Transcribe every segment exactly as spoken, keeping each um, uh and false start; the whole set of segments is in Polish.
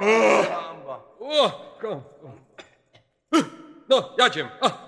No, jadziem.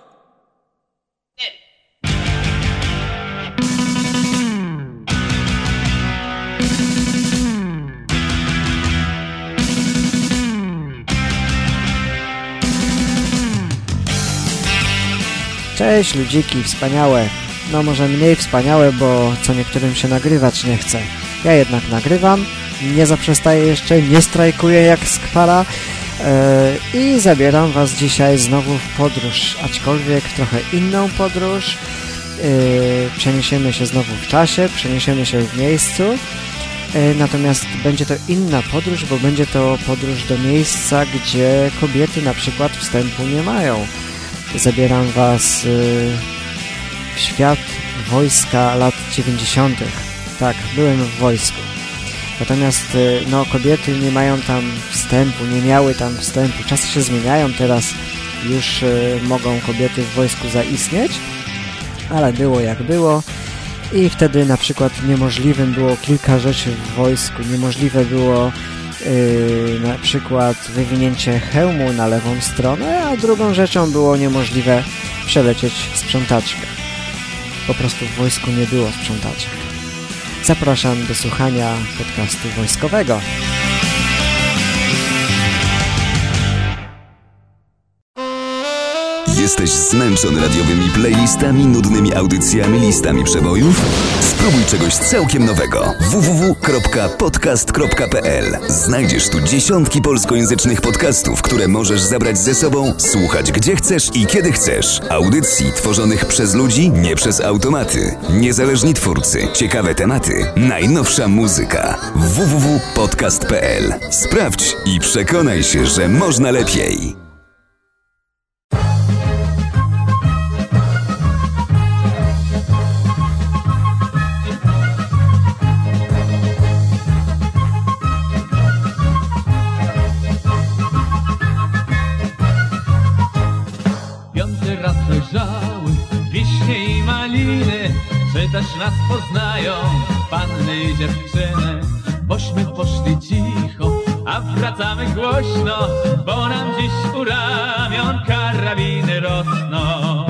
Cześć ludziki, wspaniałe. No może mniej wspaniałe, bo co niektórym się nagrywać nie chce. Ja jednak nagrywam, nie zaprzestaję jeszcze, nie strajkuję jak skwara yy, i zabieram was dzisiaj znowu w podróż, aczkolwiek w trochę inną podróż. Yy, przeniesiemy się znowu w czasie, przeniesiemy się w miejscu, yy, natomiast będzie to inna podróż, bo będzie to podróż do miejsca, gdzie kobiety na przykład wstępu nie mają. Zabieram was yy, w świat wojska lat dziewięćdziesiątych. Tak, byłem w wojsku. Natomiast yy, no, kobiety nie mają tam wstępu, nie miały tam wstępu. Czasy się zmieniają, teraz już yy, mogą kobiety w wojsku zaistnieć, ale było jak było. I wtedy na przykład niemożliwym było kilka rzeczy w wojsku. Niemożliwe było Yy, na przykład wywinięcie hełmu na lewą stronę, a drugą rzeczą było niemożliwe przelecieć sprzątaczkę. Po prostu w wojsku nie było sprzątaczek. Zapraszam do słuchania podcastu wojskowego. Jesteś zmęczony radiowymi playlistami, nudnymi audycjami, listami przebojów? Spróbuj czegoś całkiem nowego. w w w kropka podcast kropka p l. Znajdziesz tu dziesiątki polskojęzycznych podcastów, które możesz zabrać ze sobą, słuchać gdzie chcesz i kiedy chcesz. Audycji tworzonych przez ludzi, nie przez automaty. Niezależni twórcy, ciekawe tematy, najnowsza muzyka. w w w kropka podcast kropka p l. Sprawdź i przekonaj się, że można lepiej. Wiśnie i maliny, czy też nas poznają panny i dziewczyny? Bośmy poszli cicho, a wracamy głośno, bo nam dziś u ramion karabiny rosną.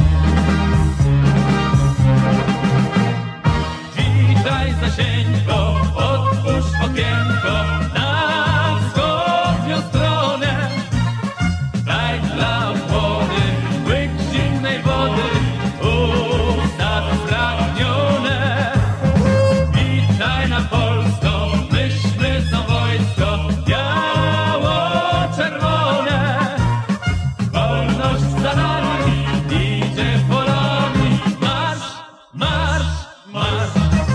Witaj Zasieńko, otwórz okienko na wschodnią stronę. Daj dla odwody łyk zimnej wody, usta spragnione. Witaj na Polską, myśmy są wojsko biało-czerwone. Wolność za nami, idzie polami. Marsz, marsz, marsz.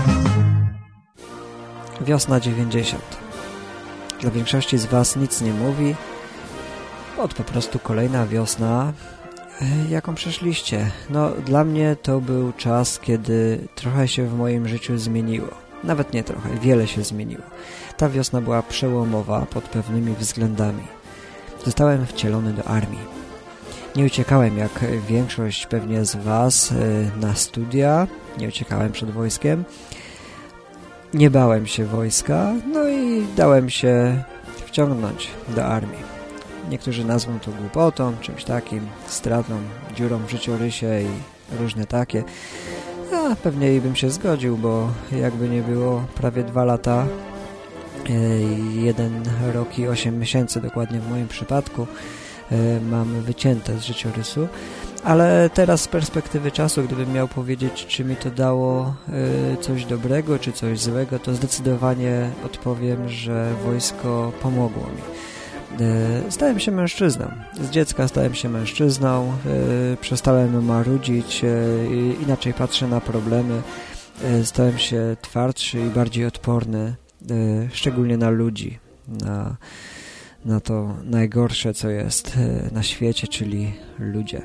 Wiosna dziewięćdziesiąt. Dla większości z was nic nie mówi, bo to po prostu kolejna wiosna, jaką przeszliście. No, dla mnie to był czas, kiedy trochę się w moim życiu zmieniło. Nawet nie trochę, wiele się zmieniło. Ta wiosna była przełomowa pod pewnymi względami. Zostałem wcielony do armii. Nie uciekałem jak większość pewnie z was na studia, nie uciekałem przed wojskiem. Nie bałem się wojska, no i dałem się wciągnąć do armii. Niektórzy nazwą to głupotą, czymś takim, stratą, dziurą w życiorysie i różne takie. Ja pewnie i bym się zgodził, bo jakby nie było, prawie dwa lata, jeden rok i osiem miesięcy dokładnie w moim przypadku mam wycięte z życiorysu. Ale teraz z perspektywy czasu, gdybym miał powiedzieć, czy mi to dało coś dobrego, czy coś złego, to zdecydowanie odpowiem, że wojsko pomogło mi. Stałem się mężczyzną. Z dziecka stałem się mężczyzną, przestałem marudzić, inaczej patrzę na problemy, stałem się twardszy i bardziej odporny, szczególnie na ludzi, na, na to najgorsze, co jest na świecie, czyli ludzie.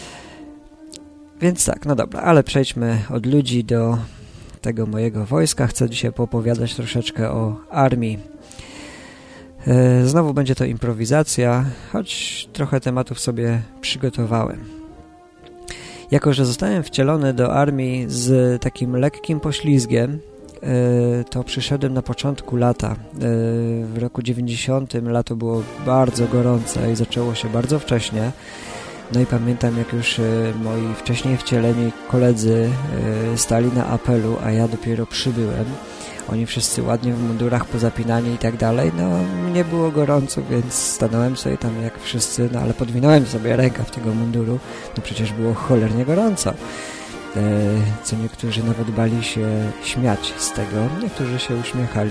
Więc tak, no dobra, ale przejdźmy od ludzi do tego mojego wojska. Chcę dzisiaj poopowiadać troszeczkę o armii. Znowu będzie to improwizacja, choć trochę tematów sobie przygotowałem. Jako że zostałem wcielony do armii z takim lekkim poślizgiem, to przyszedłem na początku lata. W roku dziewięćdziesiątym lato było bardzo gorące i zaczęło się bardzo wcześnie. No i pamiętam, jak już moi wcześniej wcieleni koledzy stali na apelu, a ja dopiero przybyłem. Oni wszyscy ładnie w mundurach pozapinani i tak dalej. No, mnie było gorąco, więc stanąłem sobie tam jak wszyscy, no ale podwinąłem sobie rękaw tego munduru. No przecież było cholernie gorąco. Co niektórzy nawet bali się śmiać z tego, niektórzy się uśmiechali.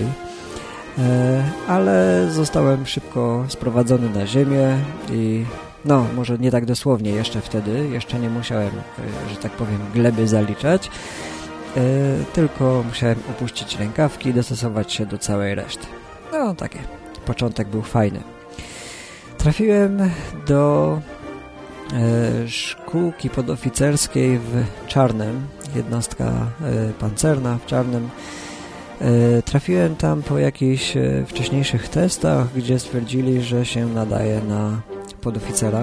Ale zostałem szybko sprowadzony na ziemię i no, może nie tak dosłownie jeszcze wtedy, jeszcze nie musiałem, że tak powiem, gleby zaliczać, tylko musiałem opuścić rękawki i dostosować się do całej reszty. No, takie, początek był fajny. Trafiłem do szkółki podoficerskiej w Czarnem, jednostka pancerna w Czarnem. Trafiłem tam po jakichś wcześniejszych testach, gdzie stwierdzili, że się nadaje na podoficera.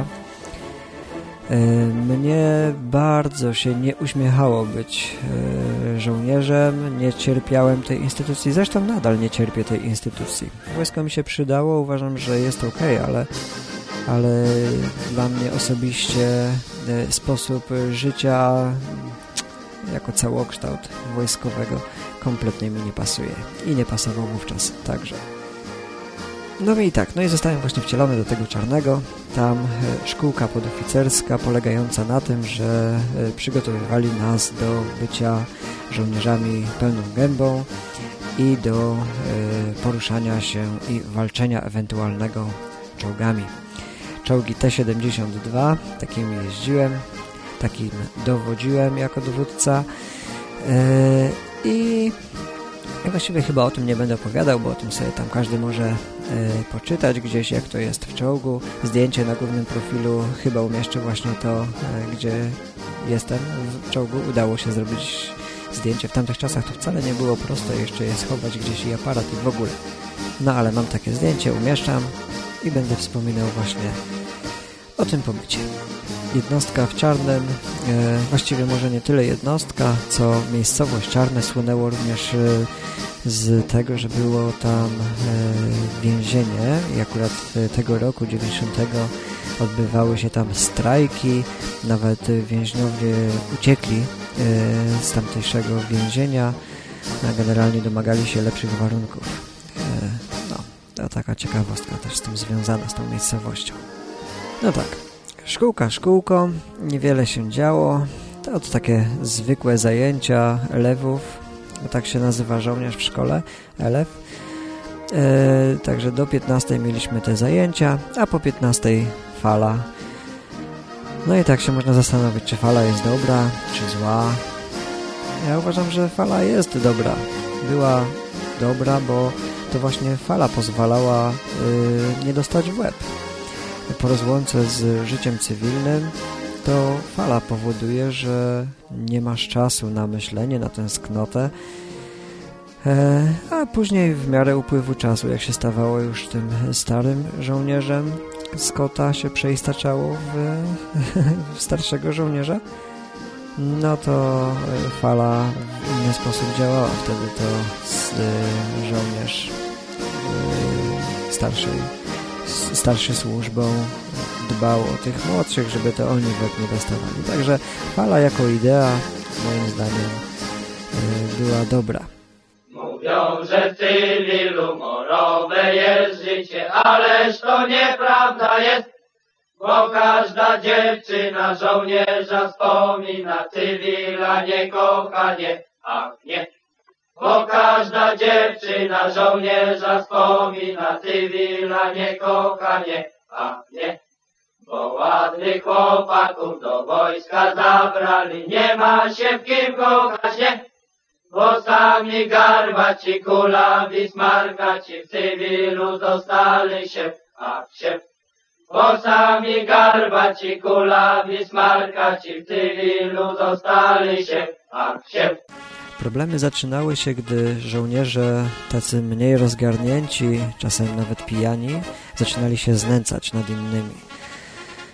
Mnie bardzo się nie uśmiechało być żołnierzem, nie cierpiałem tej instytucji, zresztą nadal nie cierpię tej instytucji. Wojsko mi się przydało, uważam, że jest ok, ale, ale dla mnie osobiście sposób życia jako całokształt wojskowego kompletnie mi nie pasuje i nie pasował wówczas także. No i tak, no i zostałem właśnie wcielony do tego Czarnego. Tam szkółka podoficerska polegająca na tym, że przygotowywali nas do bycia żołnierzami pełną gębą i do poruszania się i walczenia ewentualnego czołgami. Czołgi T siedemdziesiąt dwa, takimi jeździłem, takim dowodziłem jako dowódca i ja właściwie chyba o tym nie będę opowiadał, bo o tym sobie tam każdy może e, poczytać gdzieś, jak to jest w czołgu. Zdjęcie na głównym profilu chyba umieszczę właśnie to, e, gdzie jestem w czołgu. Udało się zrobić zdjęcie. W tamtych czasach to wcale nie było proste jeszcze je schować gdzieś i aparat i w ogóle. No ale mam takie zdjęcie, umieszczam i będę wspominał właśnie o tym pobycie. Jednostka w Czarnem, e, właściwie może nie tyle jednostka, co miejscowość Czarne słynęło również e, z tego, że było tam e, więzienie i akurat e, tego roku dziewięćdziesiątego odbywały się tam strajki, nawet więźniowie uciekli e, z tamtejszego więzienia, a generalnie domagali się lepszych warunków. E, no, to taka ciekawostka też z tym związana, z tą miejscowością. No tak. Szkółka szkółką, niewiele się działo, to takie zwykłe zajęcia elewów, bo tak się nazywa żołnierz w szkole, elew. E, także do piętnastej mieliśmy te zajęcia, a po piętnastej fala. No i tak się można zastanowić, czy fala jest dobra, czy zła. Ja uważam, że fala jest dobra. Była dobra, bo to właśnie fala pozwalała y, nie dostać w łeb. Po rozłące z życiem cywilnym to fala powoduje, że nie masz czasu na myślenie, na tęsknotę, e, a później w miarę upływu czasu, jak się stawało już tym starym żołnierzem, z kota się przeistaczało w, w starszego żołnierza, no to fala w inny sposób działała. Wtedy to y, żołnierz y, starszej starszy służbą dbał o tych młodszych, żeby to oni w łeb nie dostawali. Także fala jako idea moim zdaniem była dobra. Mówią, że w cywilu morowe jest życie, ależ to nieprawda jest, bo każda dziewczyna żołnierza wspomina, cywila nie kocha, nie, ach nie. Bo każda dziewczyna żołnierza wspomina, cywila nie kocha, nie, a nie. Bo ładnych chłopaków do wojska zabrali, nie ma się w kim kochać, nie. Bo sami garbaci, kulawi, smarkaci w cywilu zostali się, a się. Bo sami garbaci, kulawi, smarkaci w cywilu zostali się, a się. Problemy zaczynały się, gdy żołnierze, tacy mniej rozgarnięci, czasem nawet pijani, zaczynali się znęcać nad innymi.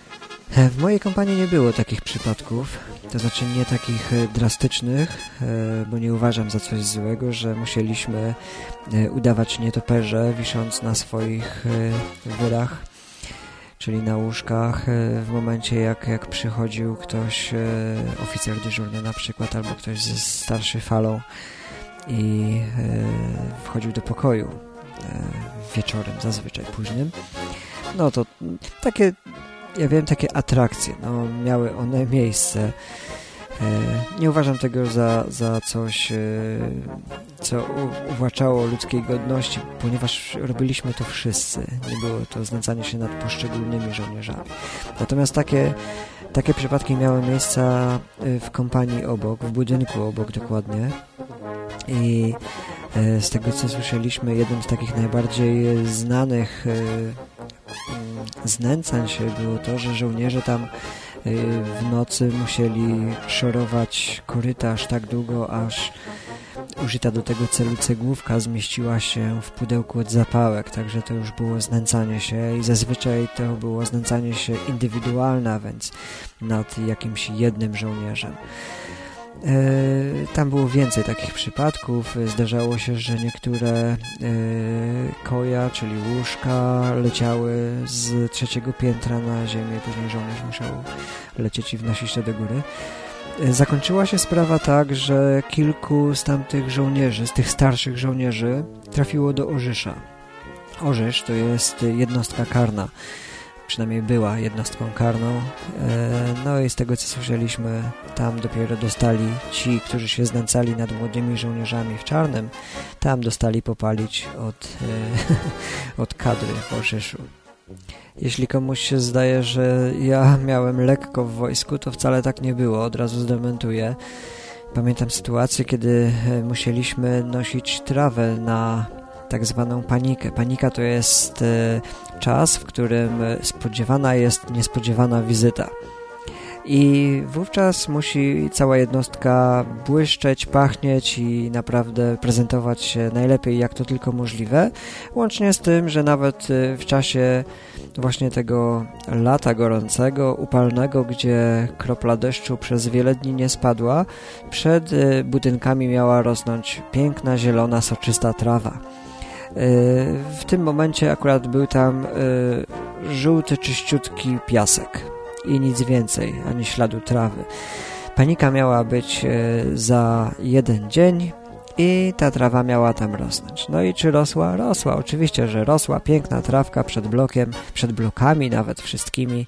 W mojej kompanii nie było takich przypadków, to znaczy nie takich drastycznych, bo nie uważam za coś złego, że musieliśmy udawać nietoperze, wisząc na swoich wyrach, czyli na łóżkach, w momencie jak, jak przychodził ktoś, oficer dyżurny na przykład, albo ktoś ze starszy falą i wchodził do pokoju wieczorem, zazwyczaj późnym. No to takie, ja wiem, takie atrakcje, no, miały one miejsce. Nie uważam tego za, za coś, co uwłaczało ludzkiej godności, ponieważ robiliśmy to wszyscy. Nie było to znęcanie się nad poszczególnymi żołnierzami. Natomiast takie, takie przypadki miały miejsca w kompanii obok, w budynku obok dokładnie. I z tego, co słyszeliśmy, jednym z takich najbardziej znanych znęcań się było to, że żołnierze tam w nocy musieli szorować korytarz tak długo, aż użyta do tego celu cegłówka zmieściła się w pudełku od zapałek, także to już było znęcanie się i zazwyczaj to było znęcanie się indywidualne, więc nad jakimś jednym żołnierzem. Tam było więcej takich przypadków. Zdarzało się, że niektóre koja, czyli łóżka, leciały z trzeciego piętra na ziemię, później żołnierz musiał lecieć i wnosić to do góry. Zakończyła się sprawa tak, że kilku z tamtych żołnierzy, z tych starszych żołnierzy, trafiło do Orzysza. Orzysz to jest jednostka karna. Przynajmniej była jednostką karną. No i z tego, co słyszeliśmy, tam dopiero dostali ci, którzy się znęcali nad młodymi żołnierzami w czarnym, tam dostali popalić od, od kadry w Orzyszu. Jeśli komuś się zdaje, że ja miałem lekko w wojsku, to wcale tak nie było, od razu zdementuję. Pamiętam sytuację, kiedy musieliśmy nosić trawę na tak zwaną panikę. Panika to jest e, czas, w którym spodziewana jest niespodziewana wizyta. I wówczas musi cała jednostka błyszczeć, pachnieć i naprawdę prezentować się najlepiej, jak to tylko możliwe. Łącznie z tym, że nawet w czasie właśnie tego lata gorącego, upalnego, gdzie kropla deszczu przez wiele dni nie spadła, przed budynkami miała rosnąć piękna, zielona, soczysta trawa. W tym momencie akurat był tam żółty, czyściutki piasek i nic więcej, ani śladu trawy. Panika miała być za jeden dzień i ta trawa miała tam rosnąć. No i czy rosła? Rosła, oczywiście, że rosła. Piękna trawka przed blokiem, przed blokami nawet wszystkimi.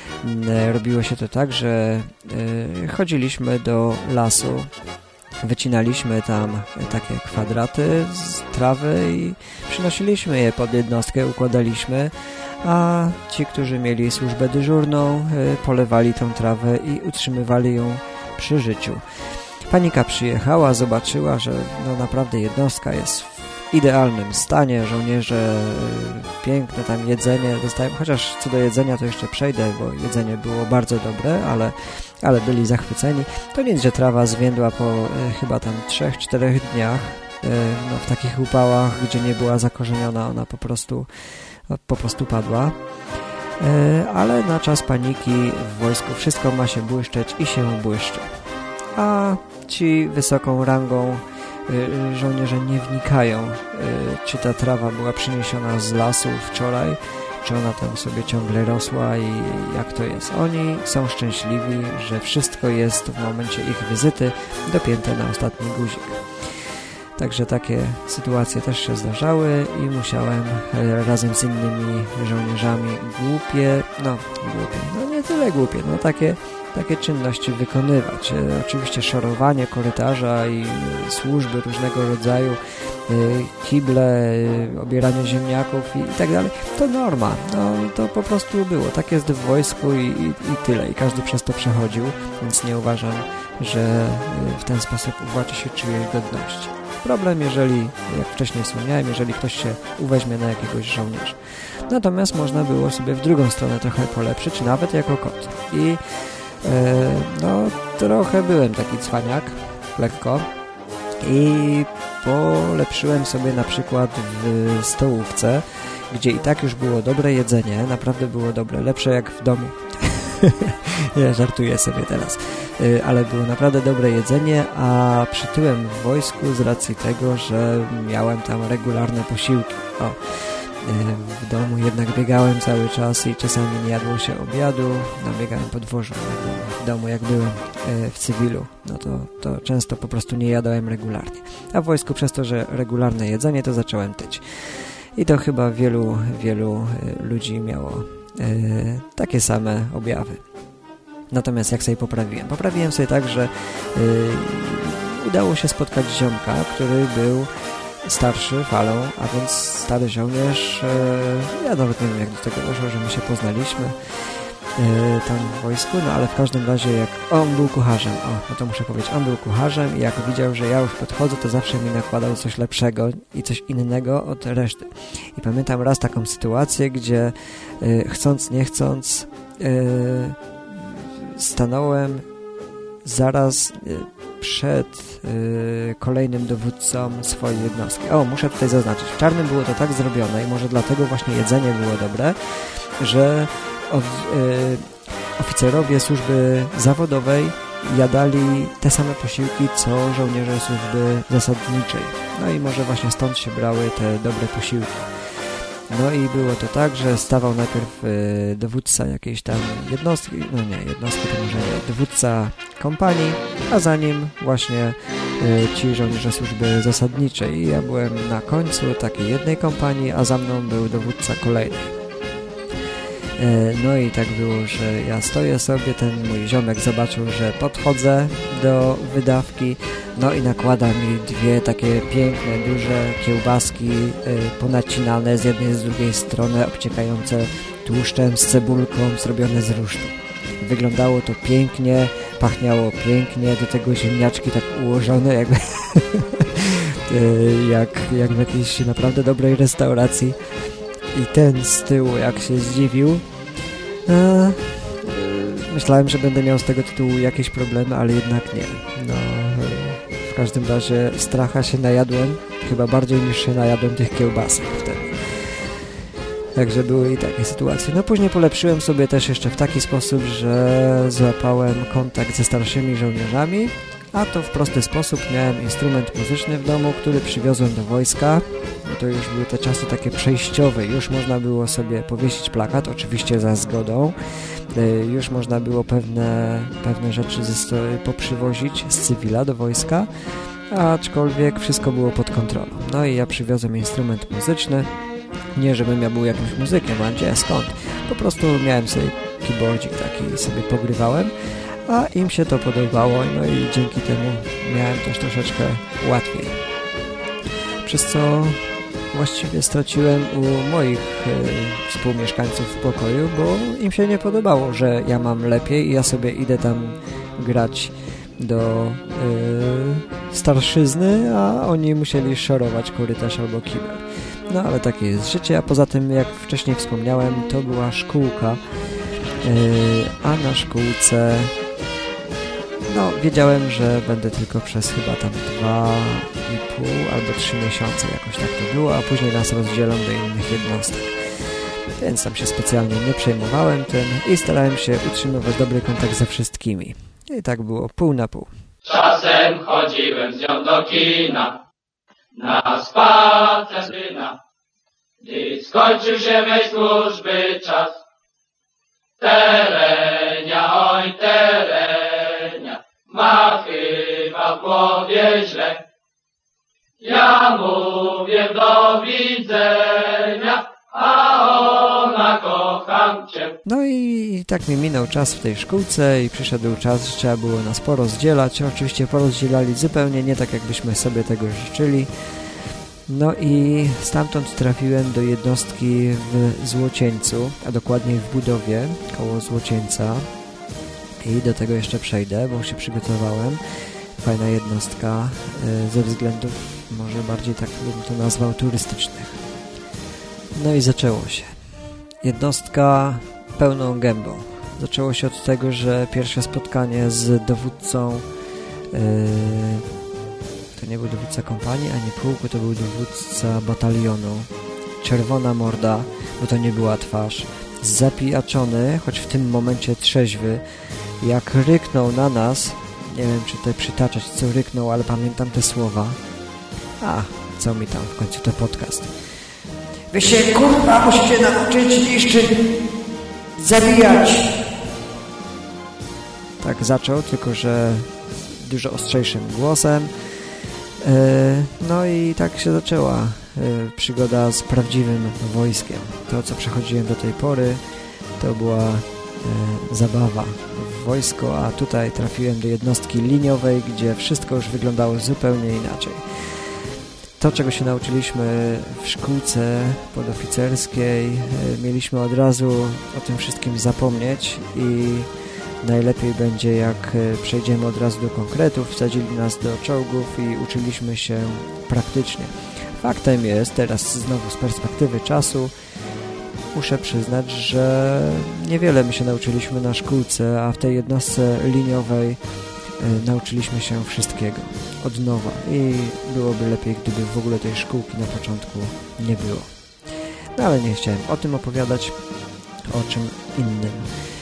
Robiło się to tak, że chodziliśmy do lasu, wycinaliśmy tam takie kwadraty z trawy i przynosiliśmy je pod jednostkę, układaliśmy, a ci, którzy mieli służbę dyżurną, polewali tą trawę i utrzymywali ją przy życiu. Panika przyjechała, zobaczyła, że no naprawdę jednostka jest w idealnym stanie, żołnierze piękne tam jedzenie dostają, chociaż co do jedzenia to jeszcze przejdę, bo jedzenie było bardzo dobre, ale, ale byli zachwyceni. To nic, że trawa zwiędła po e, chyba tam trzech, czterech dniach, e, no, w takich upałach, gdzie nie była zakorzeniona, ona po prostu, po prostu padła. E, ale na czas paniki w wojsku wszystko ma się błyszczeć i się błyszczy. A ci wysoką rangą żołnierze nie wnikają, czy ta trawa była przyniesiona z lasu wczoraj, czy ona tam sobie ciągle rosła i jak to jest. Oni są szczęśliwi, że wszystko jest w momencie ich wizyty dopięte na ostatni guzik. Także takie sytuacje też się zdarzały i musiałem razem z innymi żołnierzami głupie, no głupie, no nie tyle głupie, no takie takie czynności wykonywać. E, oczywiście szorowanie korytarza i służby różnego rodzaju, e, kible, e, obieranie ziemniaków i, i tak dalej, to norma. No, to po prostu było. Tak jest w wojsku i, i, i tyle. I każdy przez to przechodził, więc nie uważam, że e, w ten sposób uwłaczy się czyjejś godności. Problem, jeżeli, jak wcześniej wspomniałem, jeżeli ktoś się uweźmie na jakiegoś żołnierza. Natomiast można było sobie w drugą stronę trochę polepszyć, nawet jako kot. I no, trochę byłem taki cwaniak, lekko, i polepszyłem sobie na przykład w stołówce, gdzie i tak już było dobre jedzenie, naprawdę było dobre, lepsze jak w domu. Nie, żartuję sobie teraz. Ale było naprawdę dobre jedzenie, a przytyłem w wojsku z racji tego, że miałem tam regularne posiłki. O, w domu jednak biegałem cały czas i czasami nie jadło się obiadu. No, biegałem po dworzu w domu, jak byłem w cywilu. No to, to często po prostu nie jadałem regularnie. A w wojsku przez to, że regularne jedzenie, to zacząłem tyć. I to chyba wielu, wielu ludzi miało e, takie same objawy. Natomiast jak sobie poprawiłem? Poprawiłem sobie tak, że e, udało się spotkać ziomka, który był starszy falą, a więc stary żołnierz. E, ja nawet nie wiem, jak do tego doszło, że my się poznaliśmy e, tam w wojsku, no ale w każdym razie jak on był kucharzem, o, no to muszę powiedzieć, on był kucharzem i jak widział, że ja już podchodzę, to zawsze mi nakładał coś lepszego i coś innego od reszty. I pamiętam raz taką sytuację, gdzie e, chcąc, nie chcąc e, stanąłem zaraz e, przed y, kolejnym dowódcą swojej jednostki. O, muszę tutaj zaznaczyć. W Czarnym było to tak zrobione i może dlatego właśnie jedzenie było dobre, że of, y, oficerowie służby zawodowej jadali te same posiłki, co żołnierze służby zasadniczej. No i może właśnie stąd się brały te dobre posiłki. No i było to tak, że stawał najpierw y, dowódca jakiejś tam jednostki, no nie, jednostki to może nie, dowódca kompanii, a za nim właśnie y, ci żołnierze służby zasadniczej. I ja byłem na końcu takiej jednej kompanii, a za mną był dowódca kolejnej. Y, no i tak było, że ja stoję sobie, ten mój ziomek zobaczył, że podchodzę do wydawki, no i nakłada mi dwie takie piękne, duże kiełbaski y, ponacinane z jednej i z drugiej strony, obciekające tłuszczem, z cebulką, zrobione z rusztu. Wyglądało to pięknie, pachniało pięknie, do tego ziemniaczki tak ułożone, jakby y, jak, jak w jakiejś naprawdę dobrej restauracji. I ten z tyłu, jak się zdziwił, y, y, myślałem, że będę miał z tego tytułu jakieś problemy, ale jednak nie. No, w każdym razie stracha się najadłem, chyba bardziej niż się najadłem tych kiełbasek wtedy. Także były i takie sytuacje. No później polepszyłem sobie też jeszcze w taki sposób, że złapałem kontakt ze starszymi żołnierzami, a to w prosty sposób miałem instrument muzyczny w domu, który przywiozłem do wojska. No to już były te czasy takie przejściowe, już można było sobie powiesić plakat, oczywiście za zgodą. Już można było pewne, pewne rzeczy ze, poprzywozić z cywila do wojska, aczkolwiek wszystko było pod kontrolą. No i ja przywiozłem instrument muzyczny, nie żebym ja był jakimś muzykiem, a gdzie, skąd? Po prostu miałem sobie keyboardzik taki i sobie pogrywałem, a im się to podobało, no i dzięki temu miałem też troszeczkę łatwiej. Przez co właściwie straciłem u moich y, współmieszkańców w pokoju, bo im się nie podobało, że ja mam lepiej i ja sobie idę tam grać do y, starszyzny, a oni musieli szorować korytarz albo kibel. No ale takie jest życie, a poza tym, jak wcześniej wspomniałem, to była szkółka, y, a na szkółce no wiedziałem, że będę tylko przez chyba tam dwa i pół albo trzy miesiące jakoś tak to było, a później nas rozdzielą do innych jednostek. Więc tam się specjalnie nie przejmowałem tym i starałem się utrzymywać dobry kontakt ze wszystkimi. I tak było pół na pół. Czasem chodziłem z nią do kina, na spacer syna. Gdy skończył się mej służby czas, Terenia, oj Terenia, ma chyba w głowie źle. Ja mówię do widzenia, a ona kocham cię. No i tak mi minął czas w tej szkółce i przyszedł czas, że trzeba było nas porozdzielać. Oczywiście porozdzielali zupełnie nie tak, jakbyśmy sobie tego życzyli. No i stamtąd trafiłem do jednostki w Złocieńcu, a dokładniej w Budowie, koło Złocieńca. I do tego jeszcze przejdę, bo się przygotowałem. Fajna jednostka ze względów, może bardziej tak bym to nazwał, turystycznych. No i zaczęło się. Jednostka pełną gębą. Zaczęło się od tego, że pierwsze spotkanie z dowódcą, yy, to nie był dowódca kompanii, ani pułku, to był dowódca batalionu. Czerwona morda, bo to nie była twarz. zapijaczony, choć w tym momencie trzeźwy, jak ryknął na nas. Nie wiem, czy tutaj przytaczać, co ryknął, ale pamiętam te słowa. A, co mi tam, w końcu to podcast. Wy się, kurwa, musicie nauczyć niszczyć, zabijać. Tak zaczął, tylko że dużo ostrzejszym głosem. No i tak się zaczęła przygoda z prawdziwym wojskiem. To, co przechodziłem do tej pory, to była zabawa w wojsko, a tutaj trafiłem do jednostki liniowej, gdzie wszystko już wyglądało zupełnie inaczej. To, czego się nauczyliśmy w szkółce podoficerskiej, mieliśmy od razu o tym wszystkim zapomnieć i najlepiej będzie, jak przejdziemy od razu do konkretów, wsadzili nas do czołgów i uczyliśmy się praktycznie. Faktem jest, teraz znowu z perspektywy czasu, muszę przyznać, że niewiele my się nauczyliśmy na szkółce, a w tej jednostce liniowej y, nauczyliśmy się wszystkiego od nowa i byłoby lepiej, gdyby w ogóle tej szkółki na początku nie było. No ale nie chciałem o tym opowiadać, o czym innym.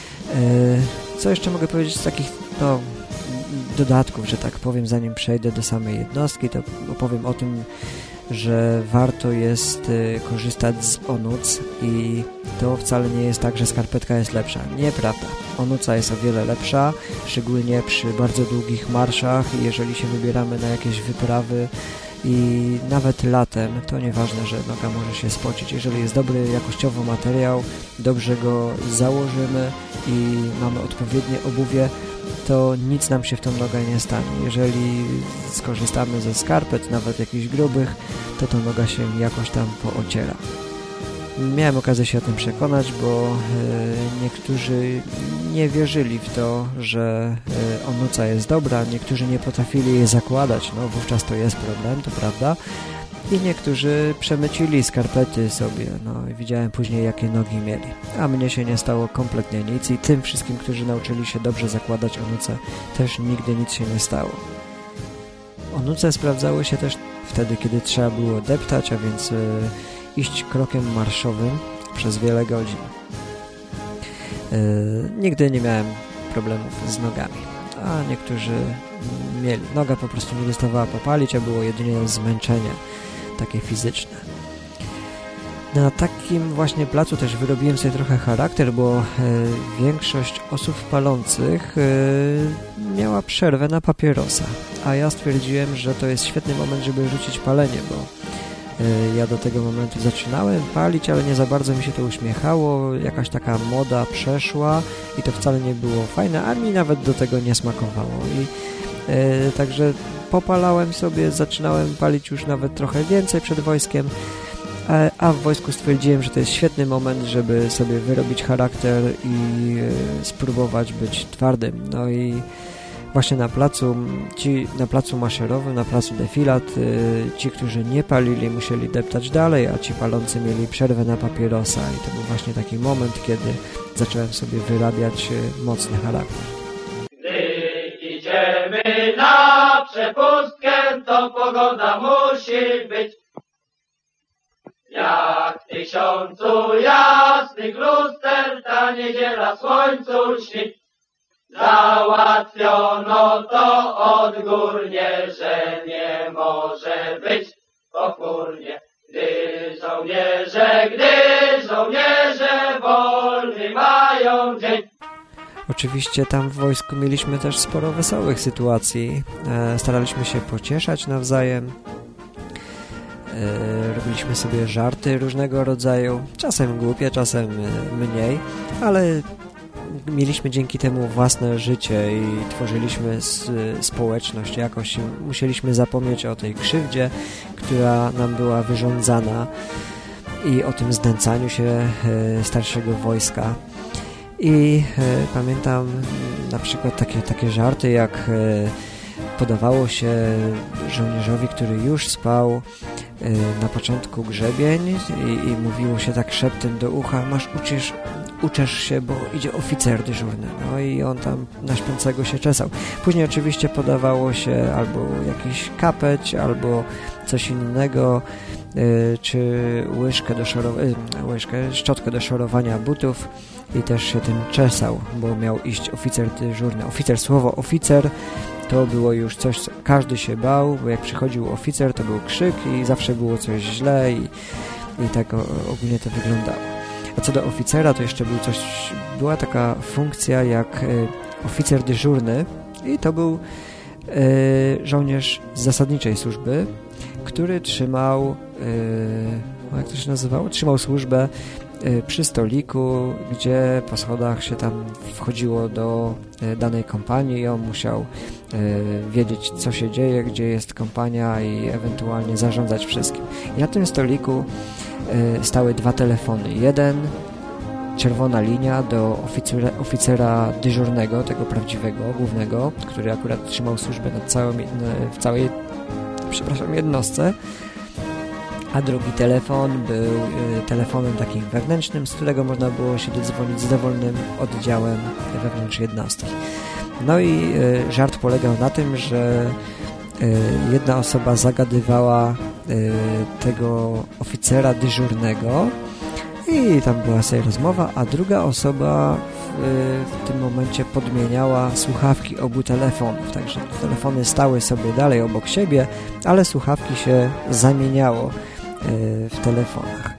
Y, co jeszcze mogę powiedzieć z takich no, dodatków, że tak powiem, zanim przejdę do samej jednostki, to opowiem o tym, że warto jest y, korzystać z onuc i to wcale nie jest tak, że skarpetka jest lepsza. Nieprawda. Onuca jest o wiele lepsza, szczególnie przy bardzo długich marszach i jeżeli się wybieramy na jakieś wyprawy i nawet latem, to nieważne, że noga może się spocić. Jeżeli jest dobry jakościowo materiał, dobrze go założymy i mamy odpowiednie obuwie, to nic nam się w tą nogę nie stanie. Jeżeli skorzystamy ze skarpet, nawet jakichś grubych, to ta noga się jakoś tam poociera. Miałem okazję się o tym przekonać, bo e, niektórzy nie wierzyli w to, że e, onuca jest dobra, niektórzy nie potrafili jej zakładać, no wówczas to jest problem, to prawda. I niektórzy przemycili skarpety sobie, no i widziałem później, jakie nogi mieli. A mnie się nie stało kompletnie nic i tym wszystkim, którzy nauczyli się dobrze zakładać onuce, też nigdy nic się nie stało. Onuce sprawdzały się też wtedy, kiedy trzeba było deptać, a więc y, iść krokiem marszowym przez wiele godzin. Y, nigdy nie miałem problemów z nogami, a niektórzy mieli. Noga po prostu nie dostawała popalić, a było jedynie zmęczenie takie fizyczne. Na takim właśnie placu też wyrobiłem sobie trochę charakter, bo e, większość osób palących e, miała przerwę na papierosa, a ja stwierdziłem, że to jest świetny moment, żeby rzucić palenie, bo e, ja do tego momentu zaczynałem palić, ale nie za bardzo mi się to uśmiechało, jakaś taka moda przeszła i to wcale nie było fajne, a mi nawet do tego nie smakowało i e, także popalałem sobie, zaczynałem palić już nawet trochę więcej przed wojskiem, a w wojsku stwierdziłem, że to jest świetny moment, żeby sobie wyrobić charakter i spróbować być twardym. No i właśnie na placu, ci na placu maszerowym, na placu defilat, ci, którzy nie palili, musieli deptać dalej, a ci palący mieli przerwę na papierosa i to był właśnie taki moment, kiedy zacząłem sobie wyrabiać mocny charakter. Idziemy na przepustkę, to pogoda musi być. Jak w tysiącu jasnych luster ta niedziela słońcu lśni. Załatwiono to odgórnie, że nie może być pochmurnie. Gdy żołnierze, gdy żołnierze wolny mają dzień. Oczywiście tam w wojsku mieliśmy też sporo wesołych sytuacji. E, staraliśmy się pocieszać nawzajem. E, robiliśmy sobie żarty różnego rodzaju. Czasem głupie, czasem mniej, ale mieliśmy dzięki temu własne życie i tworzyliśmy s- społeczność jakoś. Musieliśmy zapomnieć o tej krzywdzie, która nam była wyrządzana i o tym znęcaniu się e, starszego wojska. I e, pamiętam na przykład takie, takie żarty, jak e, podawało się żołnierzowi, który już spał, e, na początku grzebień i, i mówiło się tak szeptem do ucha: masz uciesz, uczesz się, bo idzie oficer dyżurny. No i on tam na śpiącego się czesał. Później oczywiście podawało się albo jakiś kapeć, albo coś innego, yy, czy łyżkę do szorowania, yy, łyżkę, szczotkę do szorowania butów i też się tym czesał, bo miał iść oficer dyżurny. Oficer, słowo oficer to było już coś, co każdy się bał, bo jak przychodził oficer, to był krzyk i zawsze było coś źle i, i tak ogólnie to wyglądało. A co do oficera, to jeszcze był coś, była taka funkcja jak y, oficer dyżurny i to był y, żołnierz z zasadniczej służby, który trzymał, y, jak to się nazywało? Trzymał służbę y, przy stoliku, gdzie po schodach się tam wchodziło do y, danej kompanii i on musiał y, wiedzieć, co się dzieje, gdzie jest kompania i ewentualnie zarządzać wszystkim. I na tym stoliku stały dwa telefony. Jeden, czerwona linia do oficera, oficera dyżurnego, tego prawdziwego, głównego, który akurat trzymał służbę nad całą, w całej, przepraszam, jednostce, a drugi telefon był telefonem takim wewnętrznym, z którego można było się dodzwonić z dowolnym oddziałem wewnątrz jednostki. No i żart polegał na tym, że jedna osoba zagadywała tego oficera dyżurnego i tam była sobie rozmowa, a druga osoba w, w tym momencie podmieniała słuchawki obu telefonów, także telefony stały sobie dalej obok siebie, ale słuchawki się zamieniało w telefonach.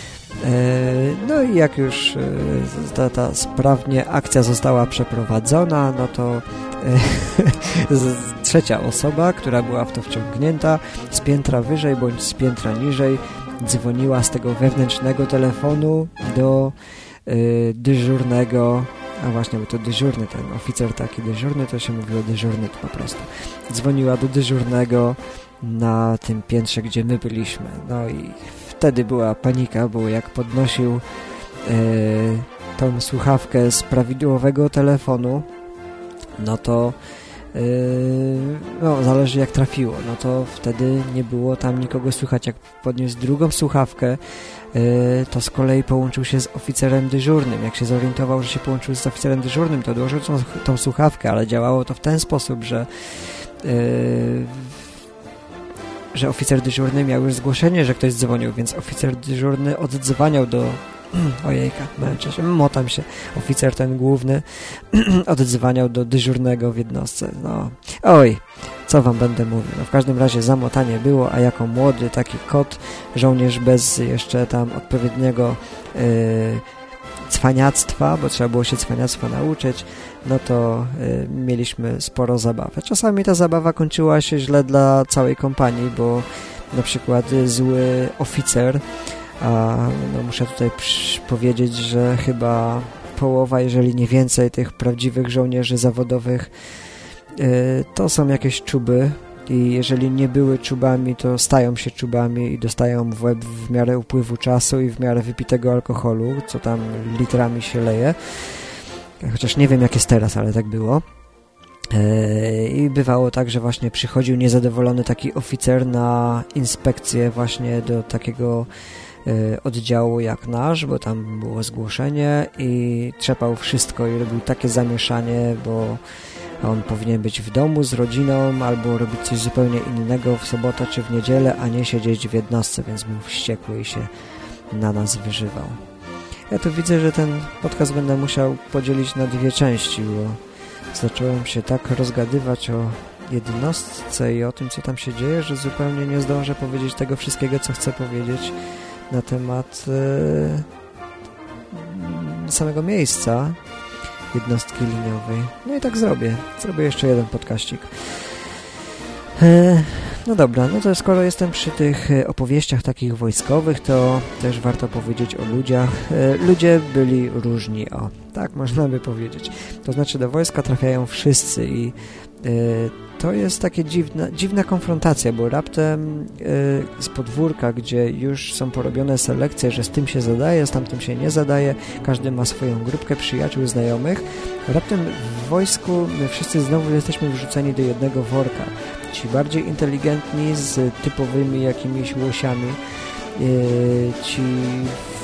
No i jak już ta, ta sprawnie akcja została przeprowadzona, no to trzecia osoba, która była w to wciągnięta, z piętra wyżej bądź z piętra niżej, dzwoniła z tego wewnętrznego telefonu do y, dyżurnego, a właśnie, bo to dyżurny, ten oficer taki dyżurny, to się mówiło dyżurny po prostu. Dzwoniła do dyżurnego na tym piętrze, gdzie my byliśmy. No i wtedy była panika, bo jak podnosił y, tą słuchawkę z prawidłowego telefonu, no to yy, no zależy jak trafiło, no to wtedy nie było tam nikogo słychać. Jak podniósł drugą słuchawkę, yy, to z kolei połączył się z oficerem dyżurnym. Jak się zorientował, że się połączył z oficerem dyżurnym, to dołożył tą, tą słuchawkę, ale działało to w ten sposób, że yy, że oficer dyżurny miał już zgłoszenie, że ktoś dzwonił, więc oficer dyżurny oddzwaniał do ojejka, męczę się, motam się. Oficer ten główny oddzwaniał do dyżurnego w jednostce. No, oj, co wam będę mówił. No, w każdym razie zamotanie było, a jako młody taki kot, żołnierz bez jeszcze tam odpowiedniego yy, cwaniactwa, bo trzeba było się cwaniactwa nauczyć, no to y, mieliśmy sporo zabawy. Czasami ta zabawa kończyła się źle dla całej kompanii, bo na przykład y, zły oficer, a no, muszę tutaj powiedzieć, że chyba połowa, jeżeli nie więcej tych prawdziwych żołnierzy zawodowych y, to są jakieś czuby i jeżeli nie były czubami, to stają się czubami i dostają w łeb w miarę upływu czasu i w miarę wypitego alkoholu, co tam litrami się leje. Chociaż nie wiem jak jest teraz, ale tak było. I bywało tak, że właśnie przychodził niezadowolony taki oficer na inspekcję właśnie do takiego oddziału jak nasz, bo tam było zgłoszenie i trzepał wszystko i robił takie zamieszanie, bo on powinien być w domu z rodziną albo robić coś zupełnie innego w sobotę czy w niedzielę, a nie siedzieć w jednostce, więc był wściekły i się na nas wyżywał. Ja tu widzę, że ten podcast będę musiał podzielić na dwie części, bo zacząłem się tak rozgadywać o jednostce i o tym, co tam się dzieje, że zupełnie nie zdążę powiedzieć tego wszystkiego, co chcę powiedzieć na temat yy, samego miejsca jednostki liniowej. No i tak zrobię. Zrobię jeszcze jeden podkaścik. Yy, no dobra, no to skoro jestem przy tych opowieściach takich wojskowych, to też warto powiedzieć o ludziach. Yy, ludzie byli różni, o, tak można by powiedzieć. To znaczy do wojska trafiają wszyscy i yy, to jest takie dziwna, dziwna konfrontacja, bo raptem yy, z podwórka, gdzie już są porobione selekcje, że z tym się zadaje, z tamtym się nie zadaje, każdy ma swoją grupkę przyjaciół, znajomych, raptem w wojsku my wszyscy znowu jesteśmy wrzuceni do jednego worka. Ci bardziej inteligentni z typowymi jakimiś łosiami, yy, ci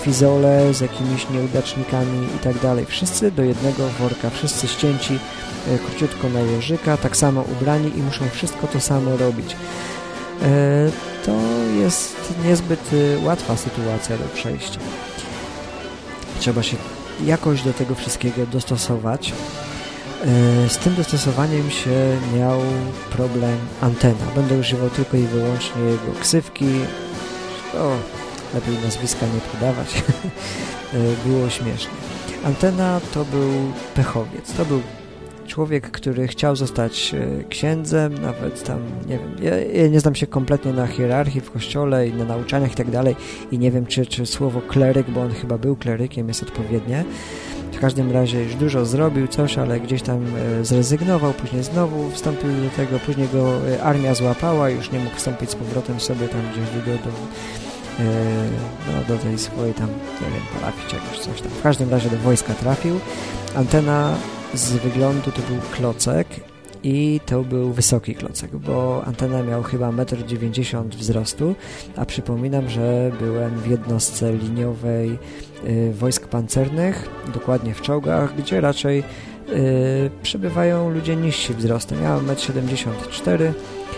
fizole z jakimiś nieudacznikami i tak dalej. Wszyscy do jednego worka, wszyscy ścięci króciutko na jeżyka, tak samo ubrani i muszą wszystko to samo robić. To jest niezbyt łatwa sytuacja do przejścia. Trzeba się jakoś do tego wszystkiego dostosować. Z tym dostosowaniem się miał problem Antena. Będę używał tylko i wyłącznie jego ksywki. O, lepiej nazwiska nie podawać. Było śmiesznie. Antena to był pechowiec. To był człowiek, który chciał zostać księdzem, nawet tam, nie wiem, ja, ja nie znam się kompletnie na hierarchii w kościele i na nauczaniach i tak dalej i nie wiem, czy, czy słowo kleryk, bo on chyba był klerykiem, jest odpowiednie. W każdym razie już dużo zrobił coś, ale gdzieś tam zrezygnował, później znowu wstąpił do tego, później go armia złapała, już nie mógł wstąpić z powrotem sobie tam gdzieś do, do, no, do tej swojej tam, nie wiem, parafii czegoś, coś tam. W każdym razie do wojska trafił. Antena z wyglądu to był klocek i to był wysoki klocek, bo Antena miał chyba metr dziewięćdziesiąt wzrostu, a przypominam, że byłem w jednostce liniowej y, wojsk pancernych, dokładnie w czołgach, gdzie raczej y, przebywają ludzie niżsi wzrostem. Ja mam metr siedemdziesiąt cztery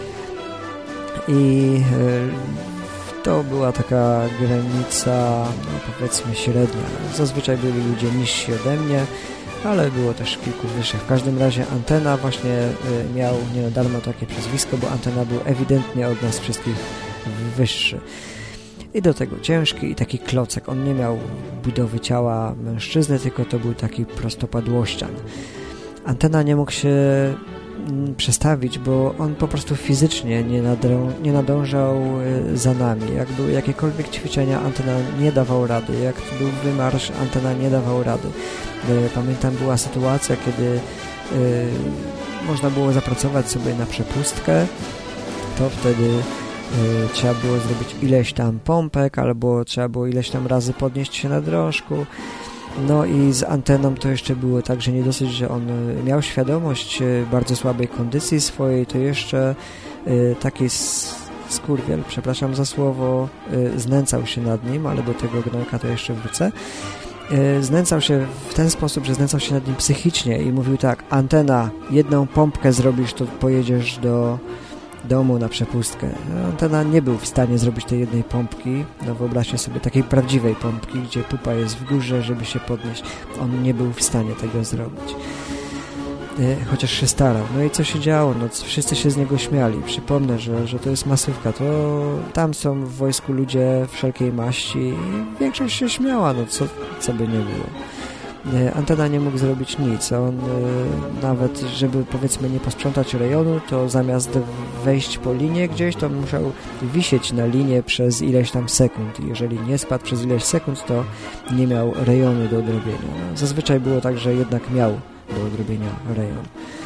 i y, to była taka granica, no, powiedzmy średnia. Zazwyczaj byli ludzie niżsi ode mnie, ale było też kilku wyższych. W każdym razie Antena właśnie y, miał nie na darmo takie przezwisko, bo Antena był ewidentnie od nas wszystkich wyższy. I do tego ciężki i taki klocek. On nie miał budowy ciała mężczyzny, tylko to był taki prostopadłościan. Antena nie mógł się mm, przestawić, bo on po prostu fizycznie nie, nadrą, nie nadążał y, za nami. Jak były jakiekolwiek ćwiczenia, Antena nie dawał rady. Jak był wymarsz, Antena nie dawał rady. Pamiętam, była sytuacja, kiedy y, można było zapracować sobie na przepustkę, to wtedy y, trzeba było zrobić ileś tam pompek, albo trzeba było ileś tam razy podnieść się na drążku. No i z Anteną to jeszcze było tak, że nie dosyć, że on miał świadomość y, bardzo słabej kondycji swojej, to jeszcze y, taki skurwiel, przepraszam za słowo, y, znęcał się nad nim, ale do tego gnojka to jeszcze wrócę. Znęcał się w ten sposób, że znęcał się nad nim psychicznie i mówił tak: Antena, jedną pompkę zrobisz, to pojedziesz do domu na przepustkę. Antena nie był w stanie zrobić tej jednej pompki, no wyobraźcie sobie, takiej prawdziwej pompki, gdzie pupa jest w górze, żeby się podnieść. On nie był w stanie tego zrobić. Chociaż się starał. No i co się działo? No, wszyscy się z niego śmiali. Przypomnę, że, że to jest masywka. To tam są w wojsku ludzie wszelkiej maści i większość się śmiała. No co, co by nie było. Antena nie mógł zrobić nic. On nawet, żeby powiedzmy nie posprzątać rejonu, to zamiast wejść po linię gdzieś, to musiał wisieć na linię przez ileś tam sekund. I jeżeli nie spadł przez ileś sekund, to nie miał rejonu do odrobienia. No, zazwyczaj było tak, że jednak miał do odrobienia rejon.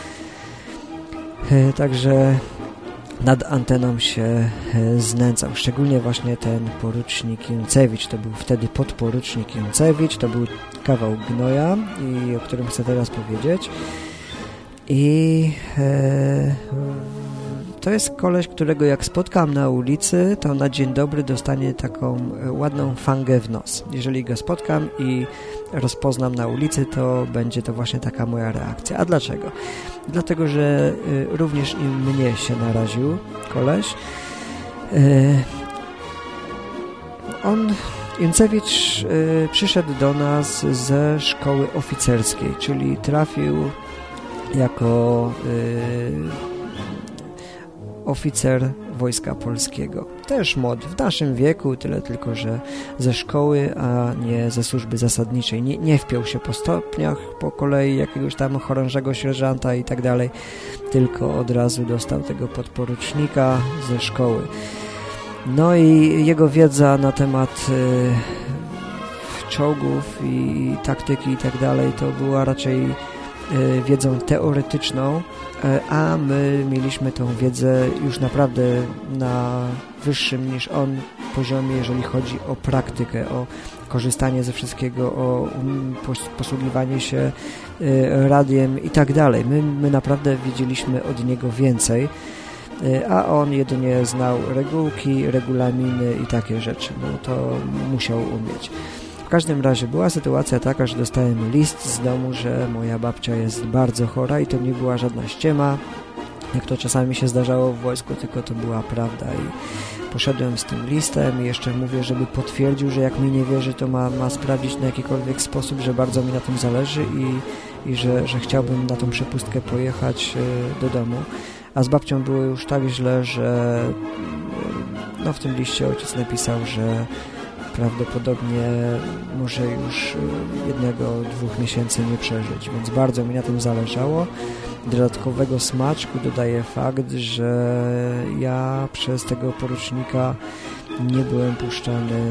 E, także nad Anteną się e, znęcał. Szczególnie właśnie ten porucznik Juncewicz. To był wtedy podporucznik Juncewicz. To był kawał gnoja, i, o którym chcę teraz powiedzieć. I e, to jest koleś, którego jak spotkam na ulicy, to na dzień dobry dostanie taką ładną fangę w nos. Jeżeli go spotkam i rozpoznam na ulicy, to będzie to właśnie taka moja reakcja. A dlaczego? Dlatego, że y, również i mnie się naraził koleś. Y, on, Juncewicz, y, przyszedł do nas ze szkoły oficerskiej, czyli trafił jako y, oficer Wojska Polskiego. Też młody, w naszym wieku, tyle tylko, że ze szkoły, a nie ze służby zasadniczej. Nie, nie wpiął się po stopniach, po kolei jakiegoś tam chorążego sierżanta i tak dalej, tylko od razu dostał tego podporucznika ze szkoły. No i jego wiedza na temat y, czołgów i taktyki i tak dalej to była raczej y, wiedzą teoretyczną, a my mieliśmy tą wiedzę już naprawdę na wyższym niż on poziomie, jeżeli chodzi o praktykę, o korzystanie ze wszystkiego, o posługiwanie się radiem i tak dalej. My, my naprawdę wiedzieliśmy od niego więcej, a on jedynie znał regułki, regulaminy i takie rzeczy. No to musiał umieć. W każdym razie była sytuacja taka, że dostałem list z domu, że moja babcia jest bardzo chora i to nie była żadna ściema, jak to czasami się zdarzało w wojsku, tylko to była prawda i poszedłem z tym listem i jeszcze mówię, żeby potwierdził, że jak mi nie wierzy, to ma, ma sprawdzić na jakikolwiek sposób, że bardzo mi na tym zależy i, i że, że chciałbym na tą przepustkę pojechać do domu. A z babcią było już tak źle, że no w tym liście ojciec napisał, że prawdopodobnie może już jednego, dwóch miesięcy nie przeżyć, więc bardzo mi na tym zależało. Dodatkowego smaczku dodaje fakt, że ja przez tego porucznika nie byłem puszczany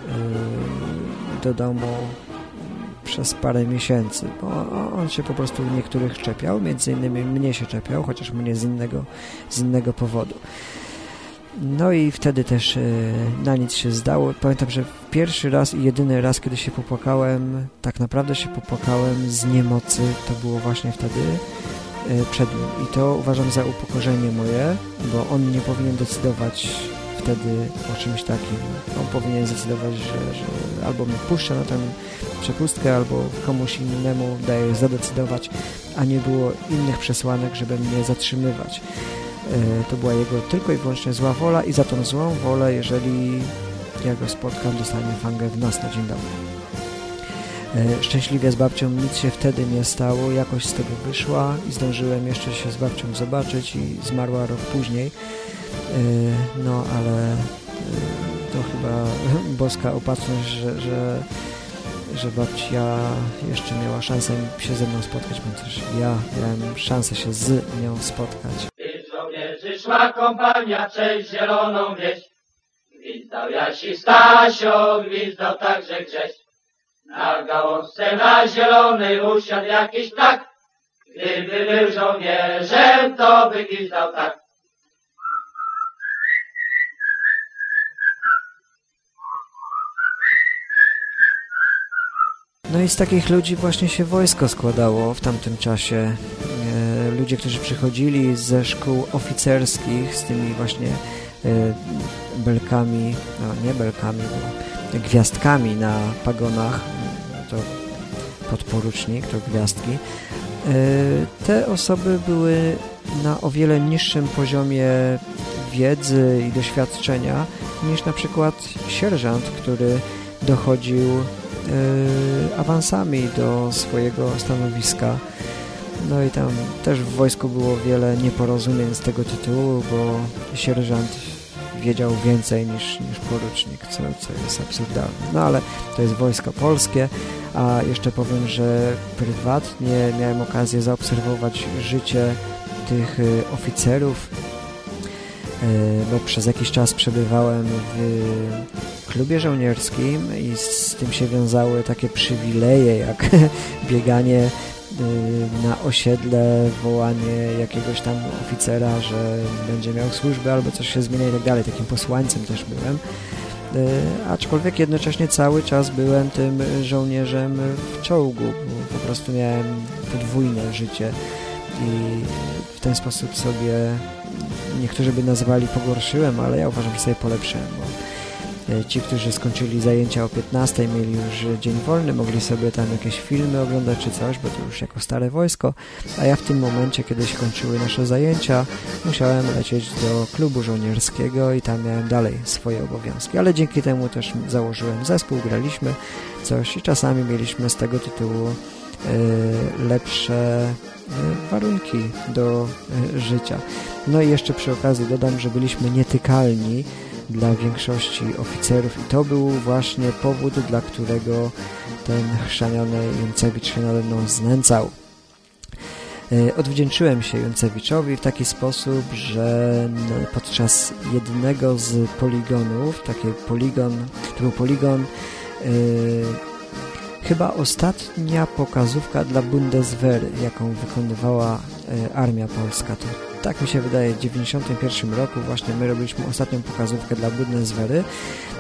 do domu przez parę miesięcy, bo on się po prostu niektórych czepiał, między innymi mnie się czepiał, chociaż mnie z innego, z innego powodu. No i wtedy też na nic się zdało. Pamiętam, że pierwszy raz i jedyny raz, kiedy się popłakałem, tak naprawdę się popłakałem z niemocy, to było właśnie wtedy przed nim. I to uważam za upokorzenie moje, bo on nie powinien decydować wtedy o czymś takim. On powinien zdecydować, że, że albo mnie puszcza na tę przepustkę, albo komuś innemu daje zadecydować, a nie było innych przesłanek, żeby mnie zatrzymywać. To była jego tylko i wyłącznie zła wola i za tą złą wolę, jeżeli ja go spotkam, dostanie fangę w nos na dzień dobry. Szczęśliwie z babcią nic się wtedy nie stało, jakoś z tego wyszła i zdążyłem jeszcze się z babcią zobaczyć i zmarła rok później. No ale to chyba boska opatrzność, że, że, że babcia jeszcze miała szansę się ze mną spotkać, bo też ja miałem szansę się z nią spotkać. Przyszła kompania przez zieloną wieś. Gwizdał Jasi Stasio, gwizdał także Grześ. Na gałązce na zielonej usiadł jakiś ptak. Gdyby był żołnierzem, to by gwizdał tak. No i z takich ludzi właśnie się wojsko składało w tamtym czasie. Ludzie, którzy przychodzili ze szkół oficerskich z tymi właśnie belkami, no nie belkami, bo gwiazdkami na pagonach, to podporucznik, to gwiazdki. Te osoby były na o wiele niższym poziomie wiedzy i doświadczenia niż na przykład sierżant, który dochodził awansami do swojego stanowiska. No i tam też w wojsku było wiele nieporozumień z tego tytułu, bo sierżant wiedział więcej niż, niż porucznik, co, co jest absurdalne. No ale to jest wojsko polskie, a jeszcze powiem, że prywatnie miałem okazję zaobserwować życie tych oficerów, bo przez jakiś czas przebywałem w klubie żołnierskim i z tym się wiązały takie przywileje jak bieganie na osiedle, wołanie jakiegoś tam oficera, że będzie miał służbę albo coś się zmienia i tak dalej. Takim posłańcem też byłem. Aczkolwiek jednocześnie cały czas byłem tym żołnierzem w czołgu, bo po prostu miałem podwójne życie i w ten sposób sobie niektórzy by nazywali pogorszyłem, ale ja uważam, że sobie polepszyłem, bo ci, którzy skończyli zajęcia o piętnastej, mieli już dzień wolny, mogli sobie tam jakieś filmy oglądać czy coś, bo to już jako stare wojsko, a ja w tym momencie, kiedy się kończyły nasze zajęcia, musiałem lecieć do klubu żołnierskiego i tam miałem dalej swoje obowiązki, ale dzięki temu też założyłem zespół, graliśmy coś i czasami mieliśmy z tego tytułu y, lepsze y, warunki do y, życia. No i jeszcze przy okazji dodam, że byliśmy nietykalni dla większości oficerów i to był właśnie powód, dla którego ten chrzaniony Juncewicz się nade mną znęcał. Odwdzięczyłem się Juncewiczowi w taki sposób, że podczas jednego z poligonów, taki poligon, to był poligon yy, chyba ostatnia pokazówka dla Bundeswehry, jaką wykonywała yy, Armia Polska. To tak mi się wydaje, w dziewięćdziesiątym pierwszym roku właśnie my robiliśmy ostatnią pokazówkę dla Bundeswehry. Yy,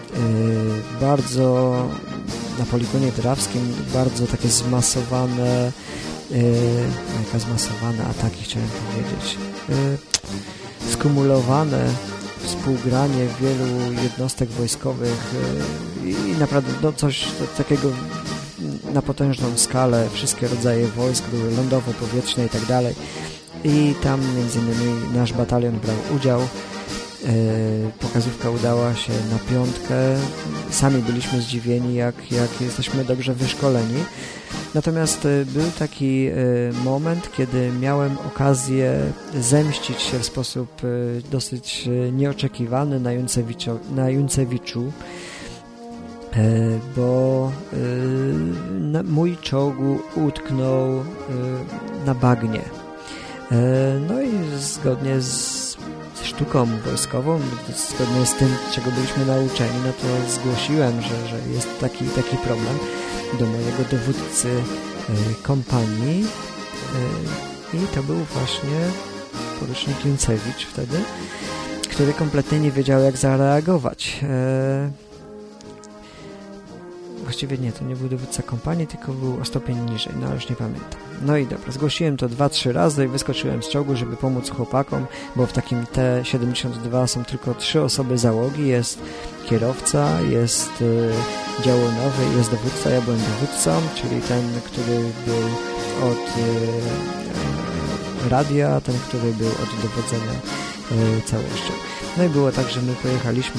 bardzo na poligonie drawskim, bardzo takie zmasowane, yy, jaka zmasowane ataki chciałem powiedzieć, yy, skumulowane współgranie wielu jednostek wojskowych i naprawdę no, coś takiego na potężną skalę, wszystkie rodzaje wojsk były lądowe, powietrzne i tak dalej. I tam między innymi nasz batalion brał udział. Pokazówka udała się na piątkę. Sami byliśmy zdziwieni, jak, jak jesteśmy dobrze wyszkoleni. Natomiast był taki moment, kiedy miałem okazję zemścić się w sposób dosyć nieoczekiwany na Juncewiczu, na Juncewiczu bo mój czołg utknął na bagnie. No i zgodnie z sztuką wojskową, zgodnie z tym, czego byliśmy nauczeni, no to zgłosiłem, że, że jest taki, taki problem do mojego dowódcy kompanii i to był właśnie porucznik Juncewicz wtedy, który kompletnie nie wiedział, jak zareagować. Właściwie nie, to nie był dowódca kompanii, tylko był o stopień niżej, no ale już nie pamiętam. No i dobra, zgłosiłem to dwa, trzy razy i wyskoczyłem z czołgu, żeby pomóc chłopakom, bo w takim T siedemdziesiąt dwa są tylko trzy osoby załogi, jest kierowca, jest y, działonowy, jest dowódca, ja byłem dowódcą, czyli ten, który był od y, radia, ten, który był od dowodzenia y, całością. No i było tak, że my pojechaliśmy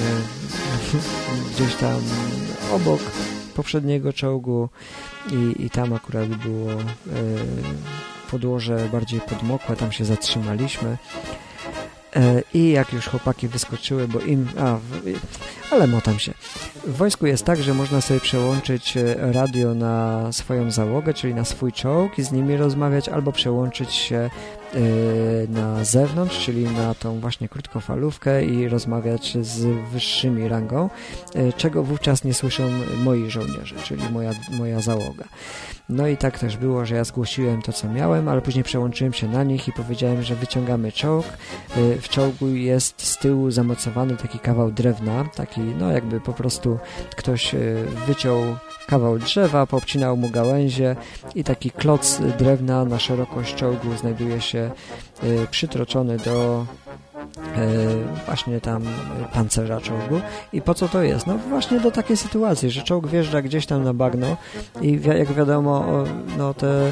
gdzieś tam obok poprzedniego czołgu i, i tam akurat było y, podłoże bardziej podmokłe, tam się zatrzymaliśmy y, i jak już chłopaki wyskoczyły, bo im... A, w, ale motam się. W wojsku jest tak, że można sobie przełączyć radio na swoją załogę, czyli na swój czołg i z nimi rozmawiać, albo przełączyć się na zewnątrz, czyli na tą właśnie krótkofalówkę i rozmawiać z wyższymi rangą, czego wówczas nie słyszą moi żołnierze, czyli moja, moja załoga. No i tak też było, że ja zgłosiłem to, co miałem, ale później przełączyłem się na nich i powiedziałem, że wyciągamy czołg. W czołgu jest z tyłu zamocowany taki kawał drewna, taki no jakby po prostu ktoś wyciął kawał drzewa, poobcinał mu gałęzie i taki kloc drewna na szerokość czołgu znajduje się y, przytroczony do y, właśnie tam pancerza czołgu. I po co to jest? No właśnie do takiej sytuacji, że czołg wjeżdża gdzieś tam na bagno i wi- jak wiadomo o, no te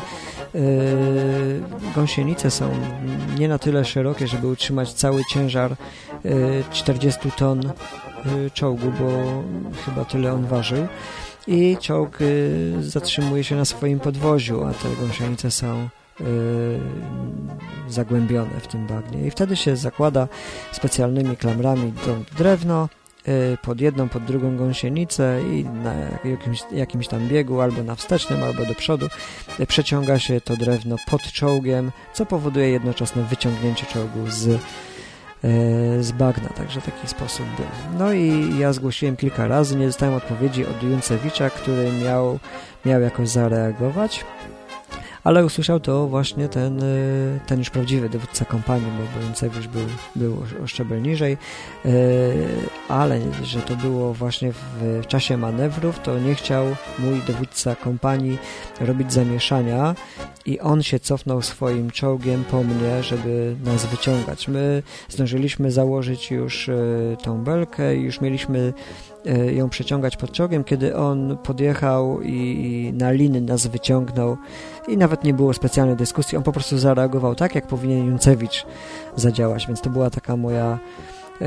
y, gąsienice są nie na tyle szerokie, żeby utrzymać cały ciężar y, czterdzieści ton y, czołgu, bo chyba tyle on ważył. I czołg y, zatrzymuje się na swoim podwoziu, a te gąsienice są y, zagłębione w tym bagnie. I wtedy się zakłada specjalnymi klamrami to drewno y, pod jedną, pod drugą gąsienicę i na jakimś, jakimś tam biegu, albo na wstecznym, albo do przodu y, przeciąga się to drewno pod czołgiem, co powoduje jednoczesne wyciągnięcie czołgu z z bagna, także taki sposób był. No i ja zgłosiłem kilka razy, nie dostałem odpowiedzi od Juncewicza, który miał, miał jakoś zareagować, ale usłyszał to właśnie ten, ten już prawdziwy dowódca kompanii, bo, bo Juncewicz był, był o szczebel niżej, ale że to było właśnie w, w czasie manewrów, to nie chciał mój dowódca kompanii robić zamieszania i on się cofnął swoim czołgiem po mnie, żeby nas wyciągać. My zdążyliśmy założyć już tą belkę i już mieliśmy ją przeciągać pod czołgiem, kiedy on podjechał i na liny nas wyciągnął i nawet nie było specjalnej dyskusji, on po prostu zareagował tak, jak powinien Juncewicz zadziałać, więc to była taka moja e,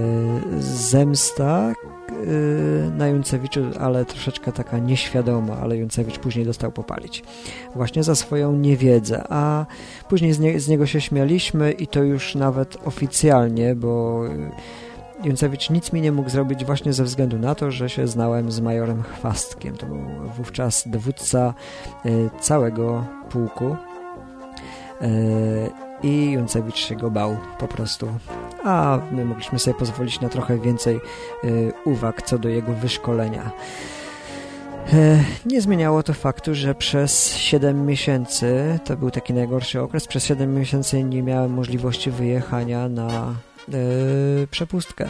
zemsta e, na Juncewiczu, ale troszeczkę taka nieświadoma, ale Juncewicz później dostał popalić właśnie za swoją niewiedzę, a później z, nie, z niego się śmialiśmy i to już nawet oficjalnie, bo Juncewicz nic mi nie mógł zrobić właśnie ze względu na to, że się znałem z majorem Chwastkiem. To był wówczas dowódca y, całego pułku y, i Juncewicz się go bał po prostu. A my mogliśmy sobie pozwolić na trochę więcej y, uwag co do jego wyszkolenia. Y, nie zmieniało to faktu, że przez siedem miesięcy, to był taki najgorszy okres, przez siedem miesięcy nie miałem możliwości wyjechania na Yy, przepustkę.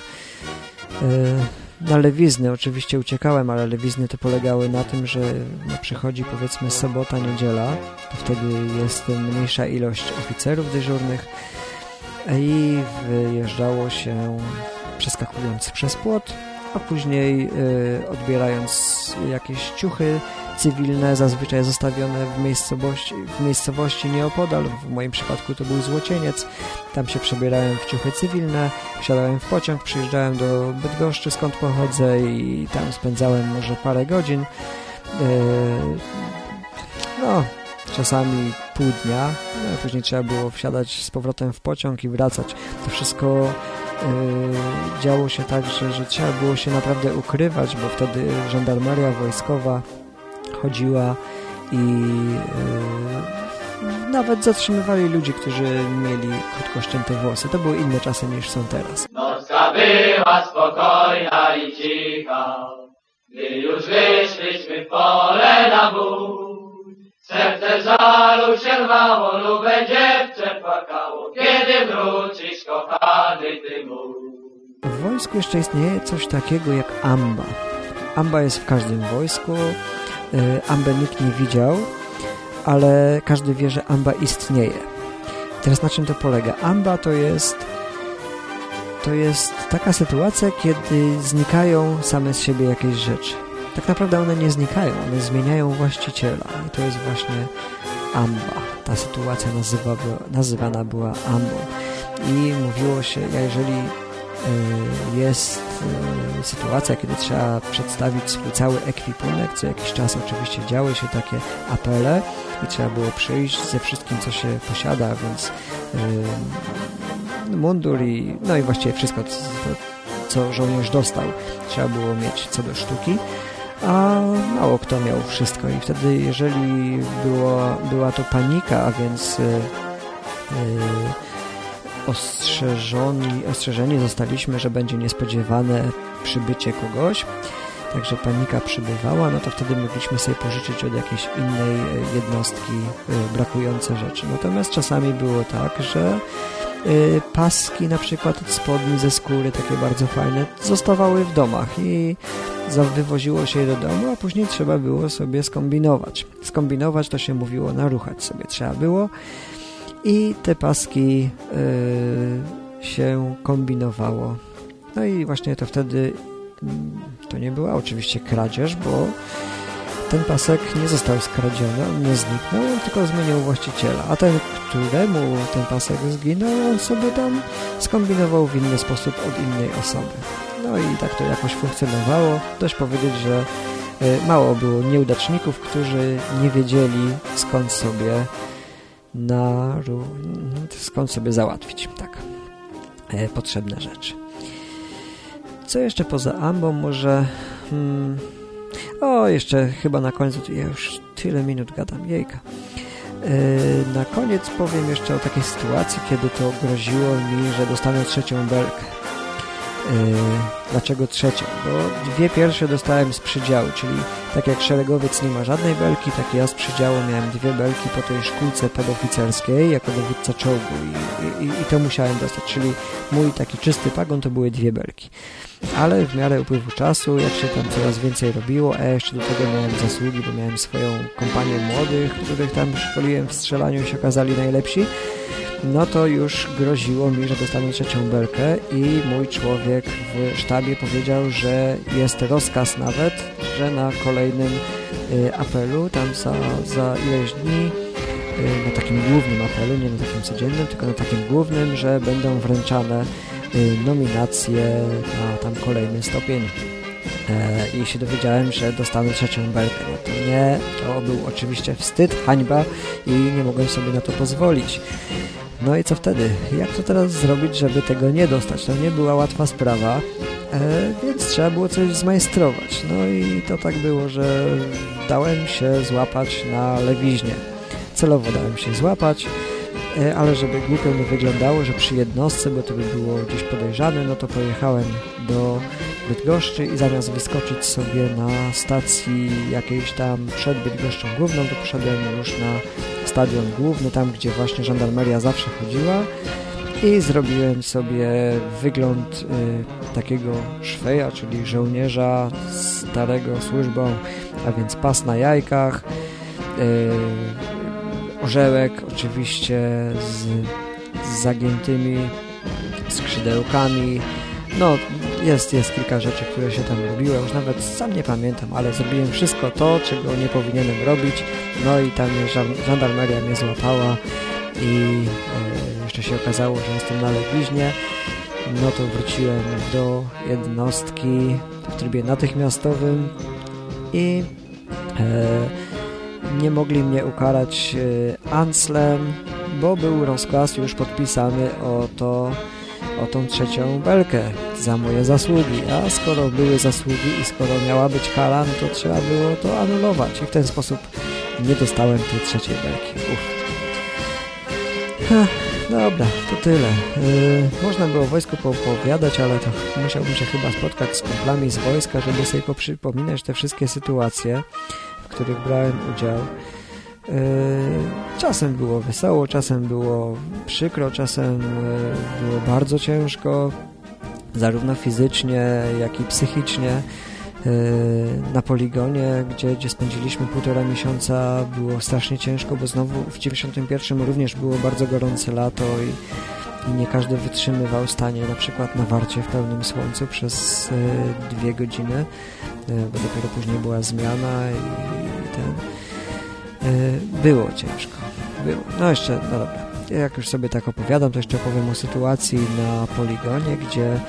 Yy, na lewizny oczywiście uciekałem, ale lewizny to polegały na tym, że no, przychodzi powiedzmy sobota, niedziela, to wtedy jest mniejsza ilość oficerów dyżurnych i wyjeżdżało się przeskakując przez płot, a później y, odbierając jakieś ciuchy cywilne, zazwyczaj zostawione w miejscowości, w miejscowości nieopodal. W moim przypadku to był Złocieniec. Tam się przebierałem w ciuchy cywilne, wsiadałem w pociąg, przyjeżdżałem do Bydgoszczy, skąd pochodzę, i tam spędzałem może parę godzin. Yy, no, czasami pół dnia. No, później trzeba było wsiadać z powrotem w pociąg i wracać. To wszystko yy, działo się tak, że, że trzeba było się naprawdę ukrywać, bo wtedy żandarmeria wojskowa chodziła i yy, nawet zatrzymywali ludzi, którzy mieli krótko ścięte włosy. To były inne czasy niż są teraz. Nocka była spokojna i cicha, gdy już wyszliśmy w pole na bój. Serce żalu się rwało, lube dziewczę płakało, kiedy wrócisz, kochany ty mój. W wojsku jeszcze istnieje coś takiego jak amba. Amba jest w każdym wojsku. Ambę nikt nie widział, ale każdy wie, że amba istnieje. Teraz na czym to polega? Amba to jest to jest taka sytuacja, kiedy znikają same z siebie jakieś rzeczy. Tak naprawdę one nie znikają, one zmieniają właściciela. I to jest właśnie amba. Ta sytuacja nazywa, nazywana była ambą. I mówiło się, jeżeli jest sytuacja, kiedy trzeba przedstawić swój cały ekwipunek. Co jakiś czas oczywiście działy się takie apele i trzeba było przyjść ze wszystkim, co się posiada, więc yy, mundur i no i właściwie wszystko, co, co żołnierz dostał, trzeba było mieć co do sztuki, a mało kto miał wszystko i wtedy, jeżeli było, była to panika, a więc yy, yy, Ostrzeżoni, ostrzeżeni zostaliśmy, że będzie niespodziewane przybycie kogoś, także panika przybywała, no to wtedy mogliśmy sobie pożyczyć od jakiejś innej jednostki brakujące rzeczy. Natomiast czasami było tak, że paski na przykład od spodni ze skóry, takie bardzo fajne, zostawały w domach i wywoziło się je do domu, a później trzeba było sobie skombinować. Skombinować to się mówiło, naruchać sobie trzeba było. I te paski yy, się kombinowało. No i właśnie to wtedy yy, to nie była oczywiście kradzież, bo ten pasek nie został skradziony, on nie zniknął, on tylko zmienił właściciela. A ten, któremu ten pasek zginął, on sobie tam skombinował w inny sposób od innej osoby. No i tak to jakoś funkcjonowało. Dość powiedzieć, że yy, mało było nieudaczników, którzy nie wiedzieli, skąd sobie na skąd sobie załatwić tak e, potrzebne rzeczy. Co jeszcze poza ambą może hmm, o jeszcze chyba na końcu, ja już tyle minut gadam, jejka. E, na koniec powiem jeszcze o takiej sytuacji, kiedy to groziło mi, że dostanę trzecią belkę. Yy, dlaczego trzecią? Bo dwie pierwsze dostałem z przydziału, czyli tak jak szeregowiec nie ma żadnej belki, tak ja z przydziału miałem dwie belki po tej szkółce podoficerskiej jako dowódca czołgu i, i, i to musiałem dostać, czyli mój taki czysty pagon to były dwie belki. Ale w miarę upływu czasu, jak się tam coraz więcej robiło, a jeszcze do tego miałem zasługi, bo miałem swoją kompanię młodych, których tam szkoliłem w strzelaniu i się okazali najlepsi, no to już groziło mi, że dostanę trzecią belkę i mój człowiek w sztabie powiedział, że jest rozkaz nawet, że na kolejnym y, apelu, tam za, za ileś dni, y, na takim głównym apelu, nie na takim codziennym, tylko na takim głównym, że będą wręczane y, nominacje na tam kolejny stopień. E, I się dowiedziałem, że dostanę trzecią belkę. No to nie, to był oczywiście wstyd, hańba i nie mogłem sobie na to pozwolić. No i co wtedy? Jak to teraz zrobić, żeby tego nie dostać? To nie była łatwa sprawa, e, więc trzeba było coś zmajstrować. No i to tak było, że dałem się złapać na lewiźnie. Celowo dałem się złapać, e, ale żeby głupio mi wyglądało, że przy jednostce, bo to by było gdzieś podejrzane, no to pojechałem do Bydgoszczy i zamiast wyskoczyć sobie na stacji jakiejś tam przed Bydgoszczą Główną, to poszedłem już na stadion główny, tam gdzie właśnie żandarmeria zawsze chodziła i zrobiłem sobie wygląd y, takiego szweja, czyli żołnierza starego służbą, a więc pas na jajkach, y, orzełek oczywiście z, z zagiętymi skrzydełkami, no jest, jest kilka rzeczy, które się tam robiło, już nawet sam nie pamiętam, ale zrobiłem wszystko to, czego nie powinienem robić, no i tam żandarmeria mnie złapała i e, jeszcze się okazało, że jestem na legwiźnie. No to wróciłem do jednostki w trybie natychmiastowym i e, nie mogli mnie ukarać e, anclem, bo był rozkaz już podpisany o to, o tą trzecią belkę za moje zasługi, a skoro były zasługi i skoro miała być kara, no to trzeba było to anulować i w ten sposób nie dostałem tej trzeciej belki. Uf. Ha, dobra, to tyle. Yy, można było o wojsku poopowiadać, ale to musiałbym się chyba spotkać z kumplami z wojska, żeby sobie poprzypominać te wszystkie sytuacje, w których brałem udział. Yy, czasem było wesoło, czasem było przykro, czasem yy, było bardzo ciężko, zarówno fizycznie, jak i psychicznie. Na poligonie, gdzie, gdzie spędziliśmy półtora miesiąca, było strasznie ciężko, bo znowu w dziewięćdziesiątym pierwszym również było bardzo gorące lato i, i nie każdy wytrzymywał stanie na przykład na warcie w pełnym słońcu przez e, dwie godziny, e, bo dopiero później była zmiana i, i ten e, było ciężko. Było. No jeszcze, no dobra, jak już sobie tak opowiadam, to jeszcze opowiem o sytuacji na poligonie, gdzie e,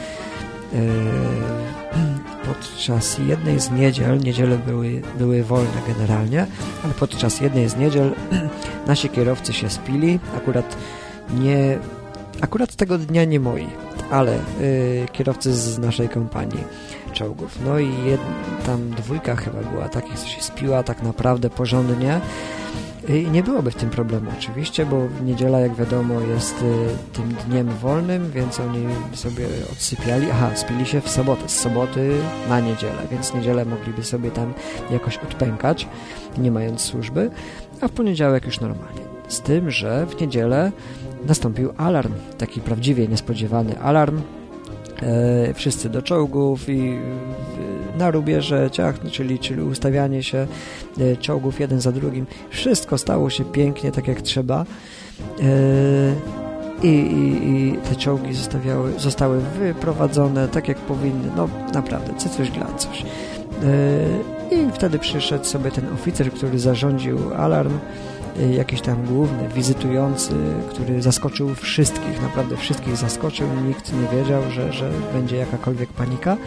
podczas jednej z niedziel, niedziele były, były wolne generalnie, ale podczas jednej z niedziel nasi kierowcy się spili, akurat nie, akurat tego dnia nie moi, ale y, kierowcy z naszej kompanii czołgów. No i jed, tam dwójka chyba była takich, co się spiła tak naprawdę porządnie. I nie byłoby w tym problemu oczywiście, bo niedziela, jak wiadomo, jest y, tym dniem wolnym, więc oni sobie odsypiali. Aha, spili się w sobotę, z soboty na niedzielę, więc niedzielę mogliby sobie tam jakoś odpękać, nie mając służby, a w poniedziałek już normalnie. Z tym, że w niedzielę nastąpił alarm, taki prawdziwie niespodziewany alarm. E, wszyscy do czołgów i e, na rubieże ciach, czyli, czyli ustawianie się e, czołgów jeden za drugim. Wszystko stało się pięknie, tak jak trzeba. E, i, i, I te czołgi zostawiały, zostały wyprowadzone tak jak powinny. No naprawdę, cycuś glancuś. E, I wtedy przyszedł sobie ten oficer, który zarządził alarm, jakiś tam główny, wizytujący, który zaskoczył wszystkich, naprawdę wszystkich zaskoczył, nikt nie wiedział, że, że będzie jakakolwiek panika.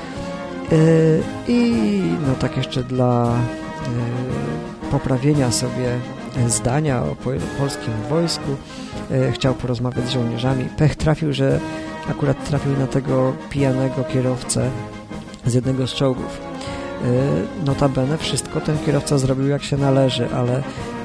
I no tak jeszcze dla poprawienia sobie zdania o polskim wojsku chciał porozmawiać z żołnierzami. Pech trafił, że akurat trafił na tego pijanego kierowcę z jednego z czołgów. Notabene wszystko ten kierowca zrobił jak się należy, ale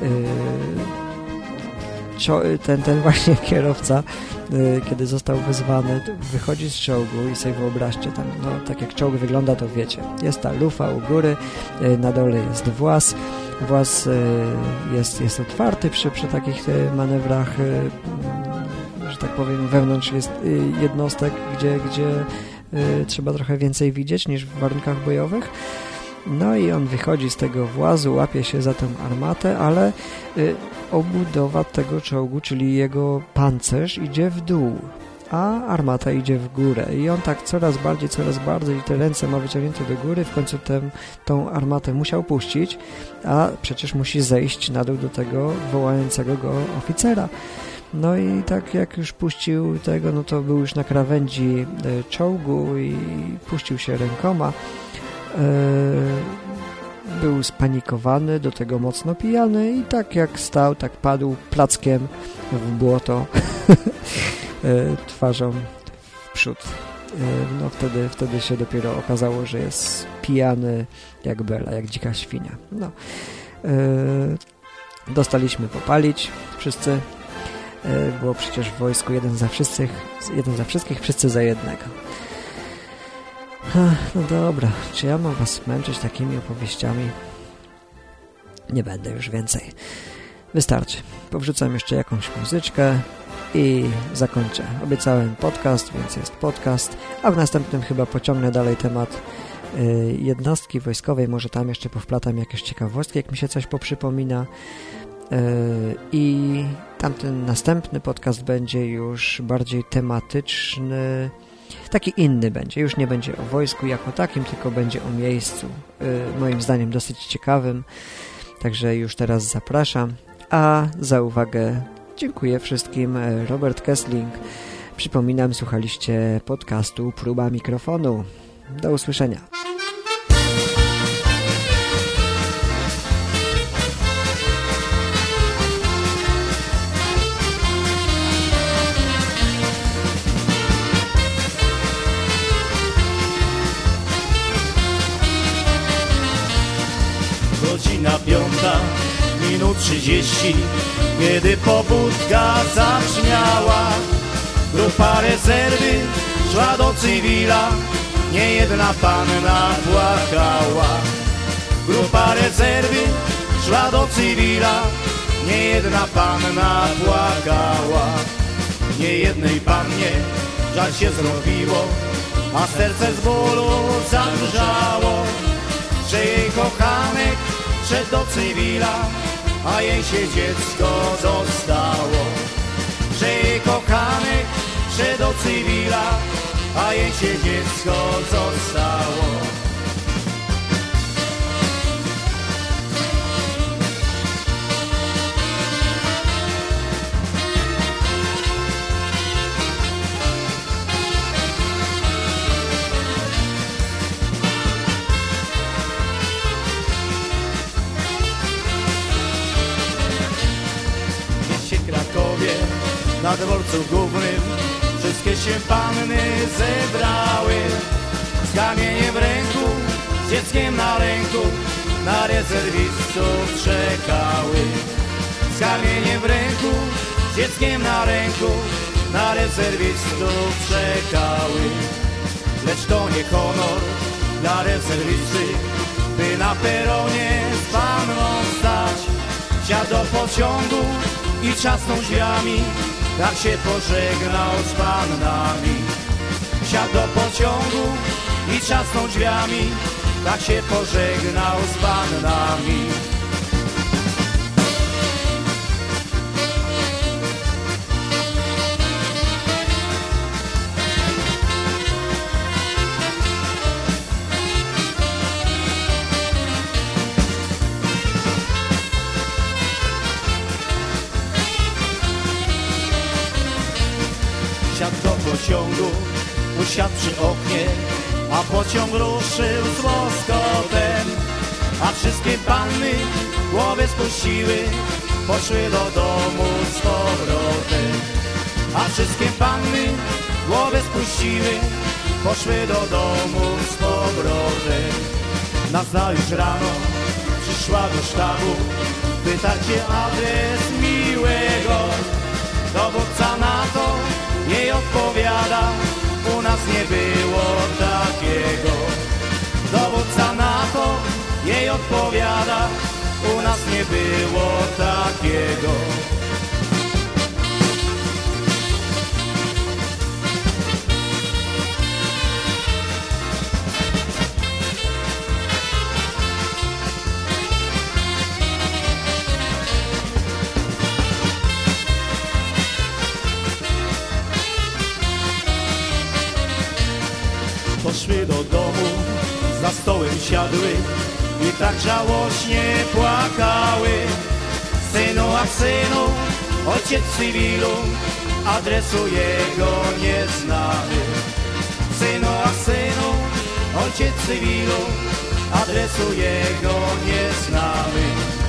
yy, ten, ten właśnie kierowca, yy, kiedy został wyzwany, wychodzi z czołgu i sobie wyobraźcie, tam, no, tak jak czołg wygląda, to wiecie, jest ta lufa u góry, yy, na dole jest włas, włas yy, jest, jest otwarty przy, przy takich yy, manewrach, yy, że tak powiem, wewnątrz jest yy, jednostek, gdzie, gdzie yy, trzeba trochę więcej widzieć niż w warunkach bojowych. No i on wychodzi z tego włazu, łapie się za tę armatę, ale y, obudowa tego czołgu, czyli jego pancerz, idzie w dół, a armata idzie w górę. I on tak coraz bardziej, coraz bardziej i te ręce ma wyciągnięte do góry, w końcu tę, tą armatę musiał puścić, a przecież musi zejść na dół do tego wołającego go oficera. No i tak jak już puścił tego, no to był już na krawędzi y, czołgu i puścił się rękoma. Był spanikowany, do tego mocno pijany i tak jak stał, tak padł plackiem w błoto twarzą w przód. No wtedy, wtedy się dopiero okazało, że jest pijany jak bela, jak dzika świnia. No. Dostaliśmy popalić wszyscy. Było przecież w wojsku jeden za wszystkich, jeden za wszystkich, wszyscy za jednego. No dobra, czy ja mam was męczyć takimi opowieściami? Nie będę już więcej. Wystarczy. Powrzucam jeszcze jakąś muzyczkę i zakończę. Obiecałem podcast, więc jest podcast, a w następnym chyba pociągnę dalej temat y, jednostki wojskowej. Może tam jeszcze powplatam jakieś ciekawostki, jak mi się coś poprzypomina. Y, I tamten następny podcast będzie już bardziej tematyczny, Taki inny będzie, już nie będzie o wojsku jako takim, tylko będzie o miejscu, moim zdaniem dosyć ciekawym, także już teraz zapraszam, a za uwagę dziękuję wszystkim. Robert Kessling. Przypominam, słuchaliście podcastu Próba Mikrofonu. Do usłyszenia. Godzina piąta, minut trzydzieści, kiedy pobudka zabrzmiała. Grupa rezerwy szła do cywila, nie jedna panna płakała. Grupa rezerwy szła do cywila, nie jedna panna płakała. Nie jednej pannie żal się zrobiło, a serce z bólu zadrżało, że jej kochanek szedł do cywila, a jej się dziecko zostało. Że jej kochanek szedł do cywila, a jej się dziecko zostało. Krakowie, na dworcu głównym wszystkie się panny zebrały. Z kamieniem w ręku, z dzieckiem na ręku, na rezerwistów czekały. Z kamieniem w ręku, z dzieckiem na ręku, na rezerwistów czekały. Lecz to nie honor dla rezerwisty, by na peronie z panną stać. Wsiadł do pociągu i trzasnął drzwiami, tak się pożegnał z pannami. Wsiadł do pociągu i trzasnął drzwiami, tak się pożegnał z pannami. Wsiadł do pociągu, usiadł przy oknie, a pociąg ruszył z łoskotem. A wszystkie panny głowę spuściły, poszły do domu z powrotem. A wszystkie panny głowę spuściły, poszły do domu z powrotem. Nazajutrz rano przyszła do sztabu, pytać się adres miłego. Dowódca na to jej odpowiada, u nas nie było takiego. Dowódca na to jej odpowiada, u nas nie było takiego. Poszły do domu, za stołem siadły i tak żałośnie płakały. Synu, a synu, ojciec w cywilu, adresu jego nie znamy. Synu, a synu, ojciec w cywilu, adresu jego nie znamy.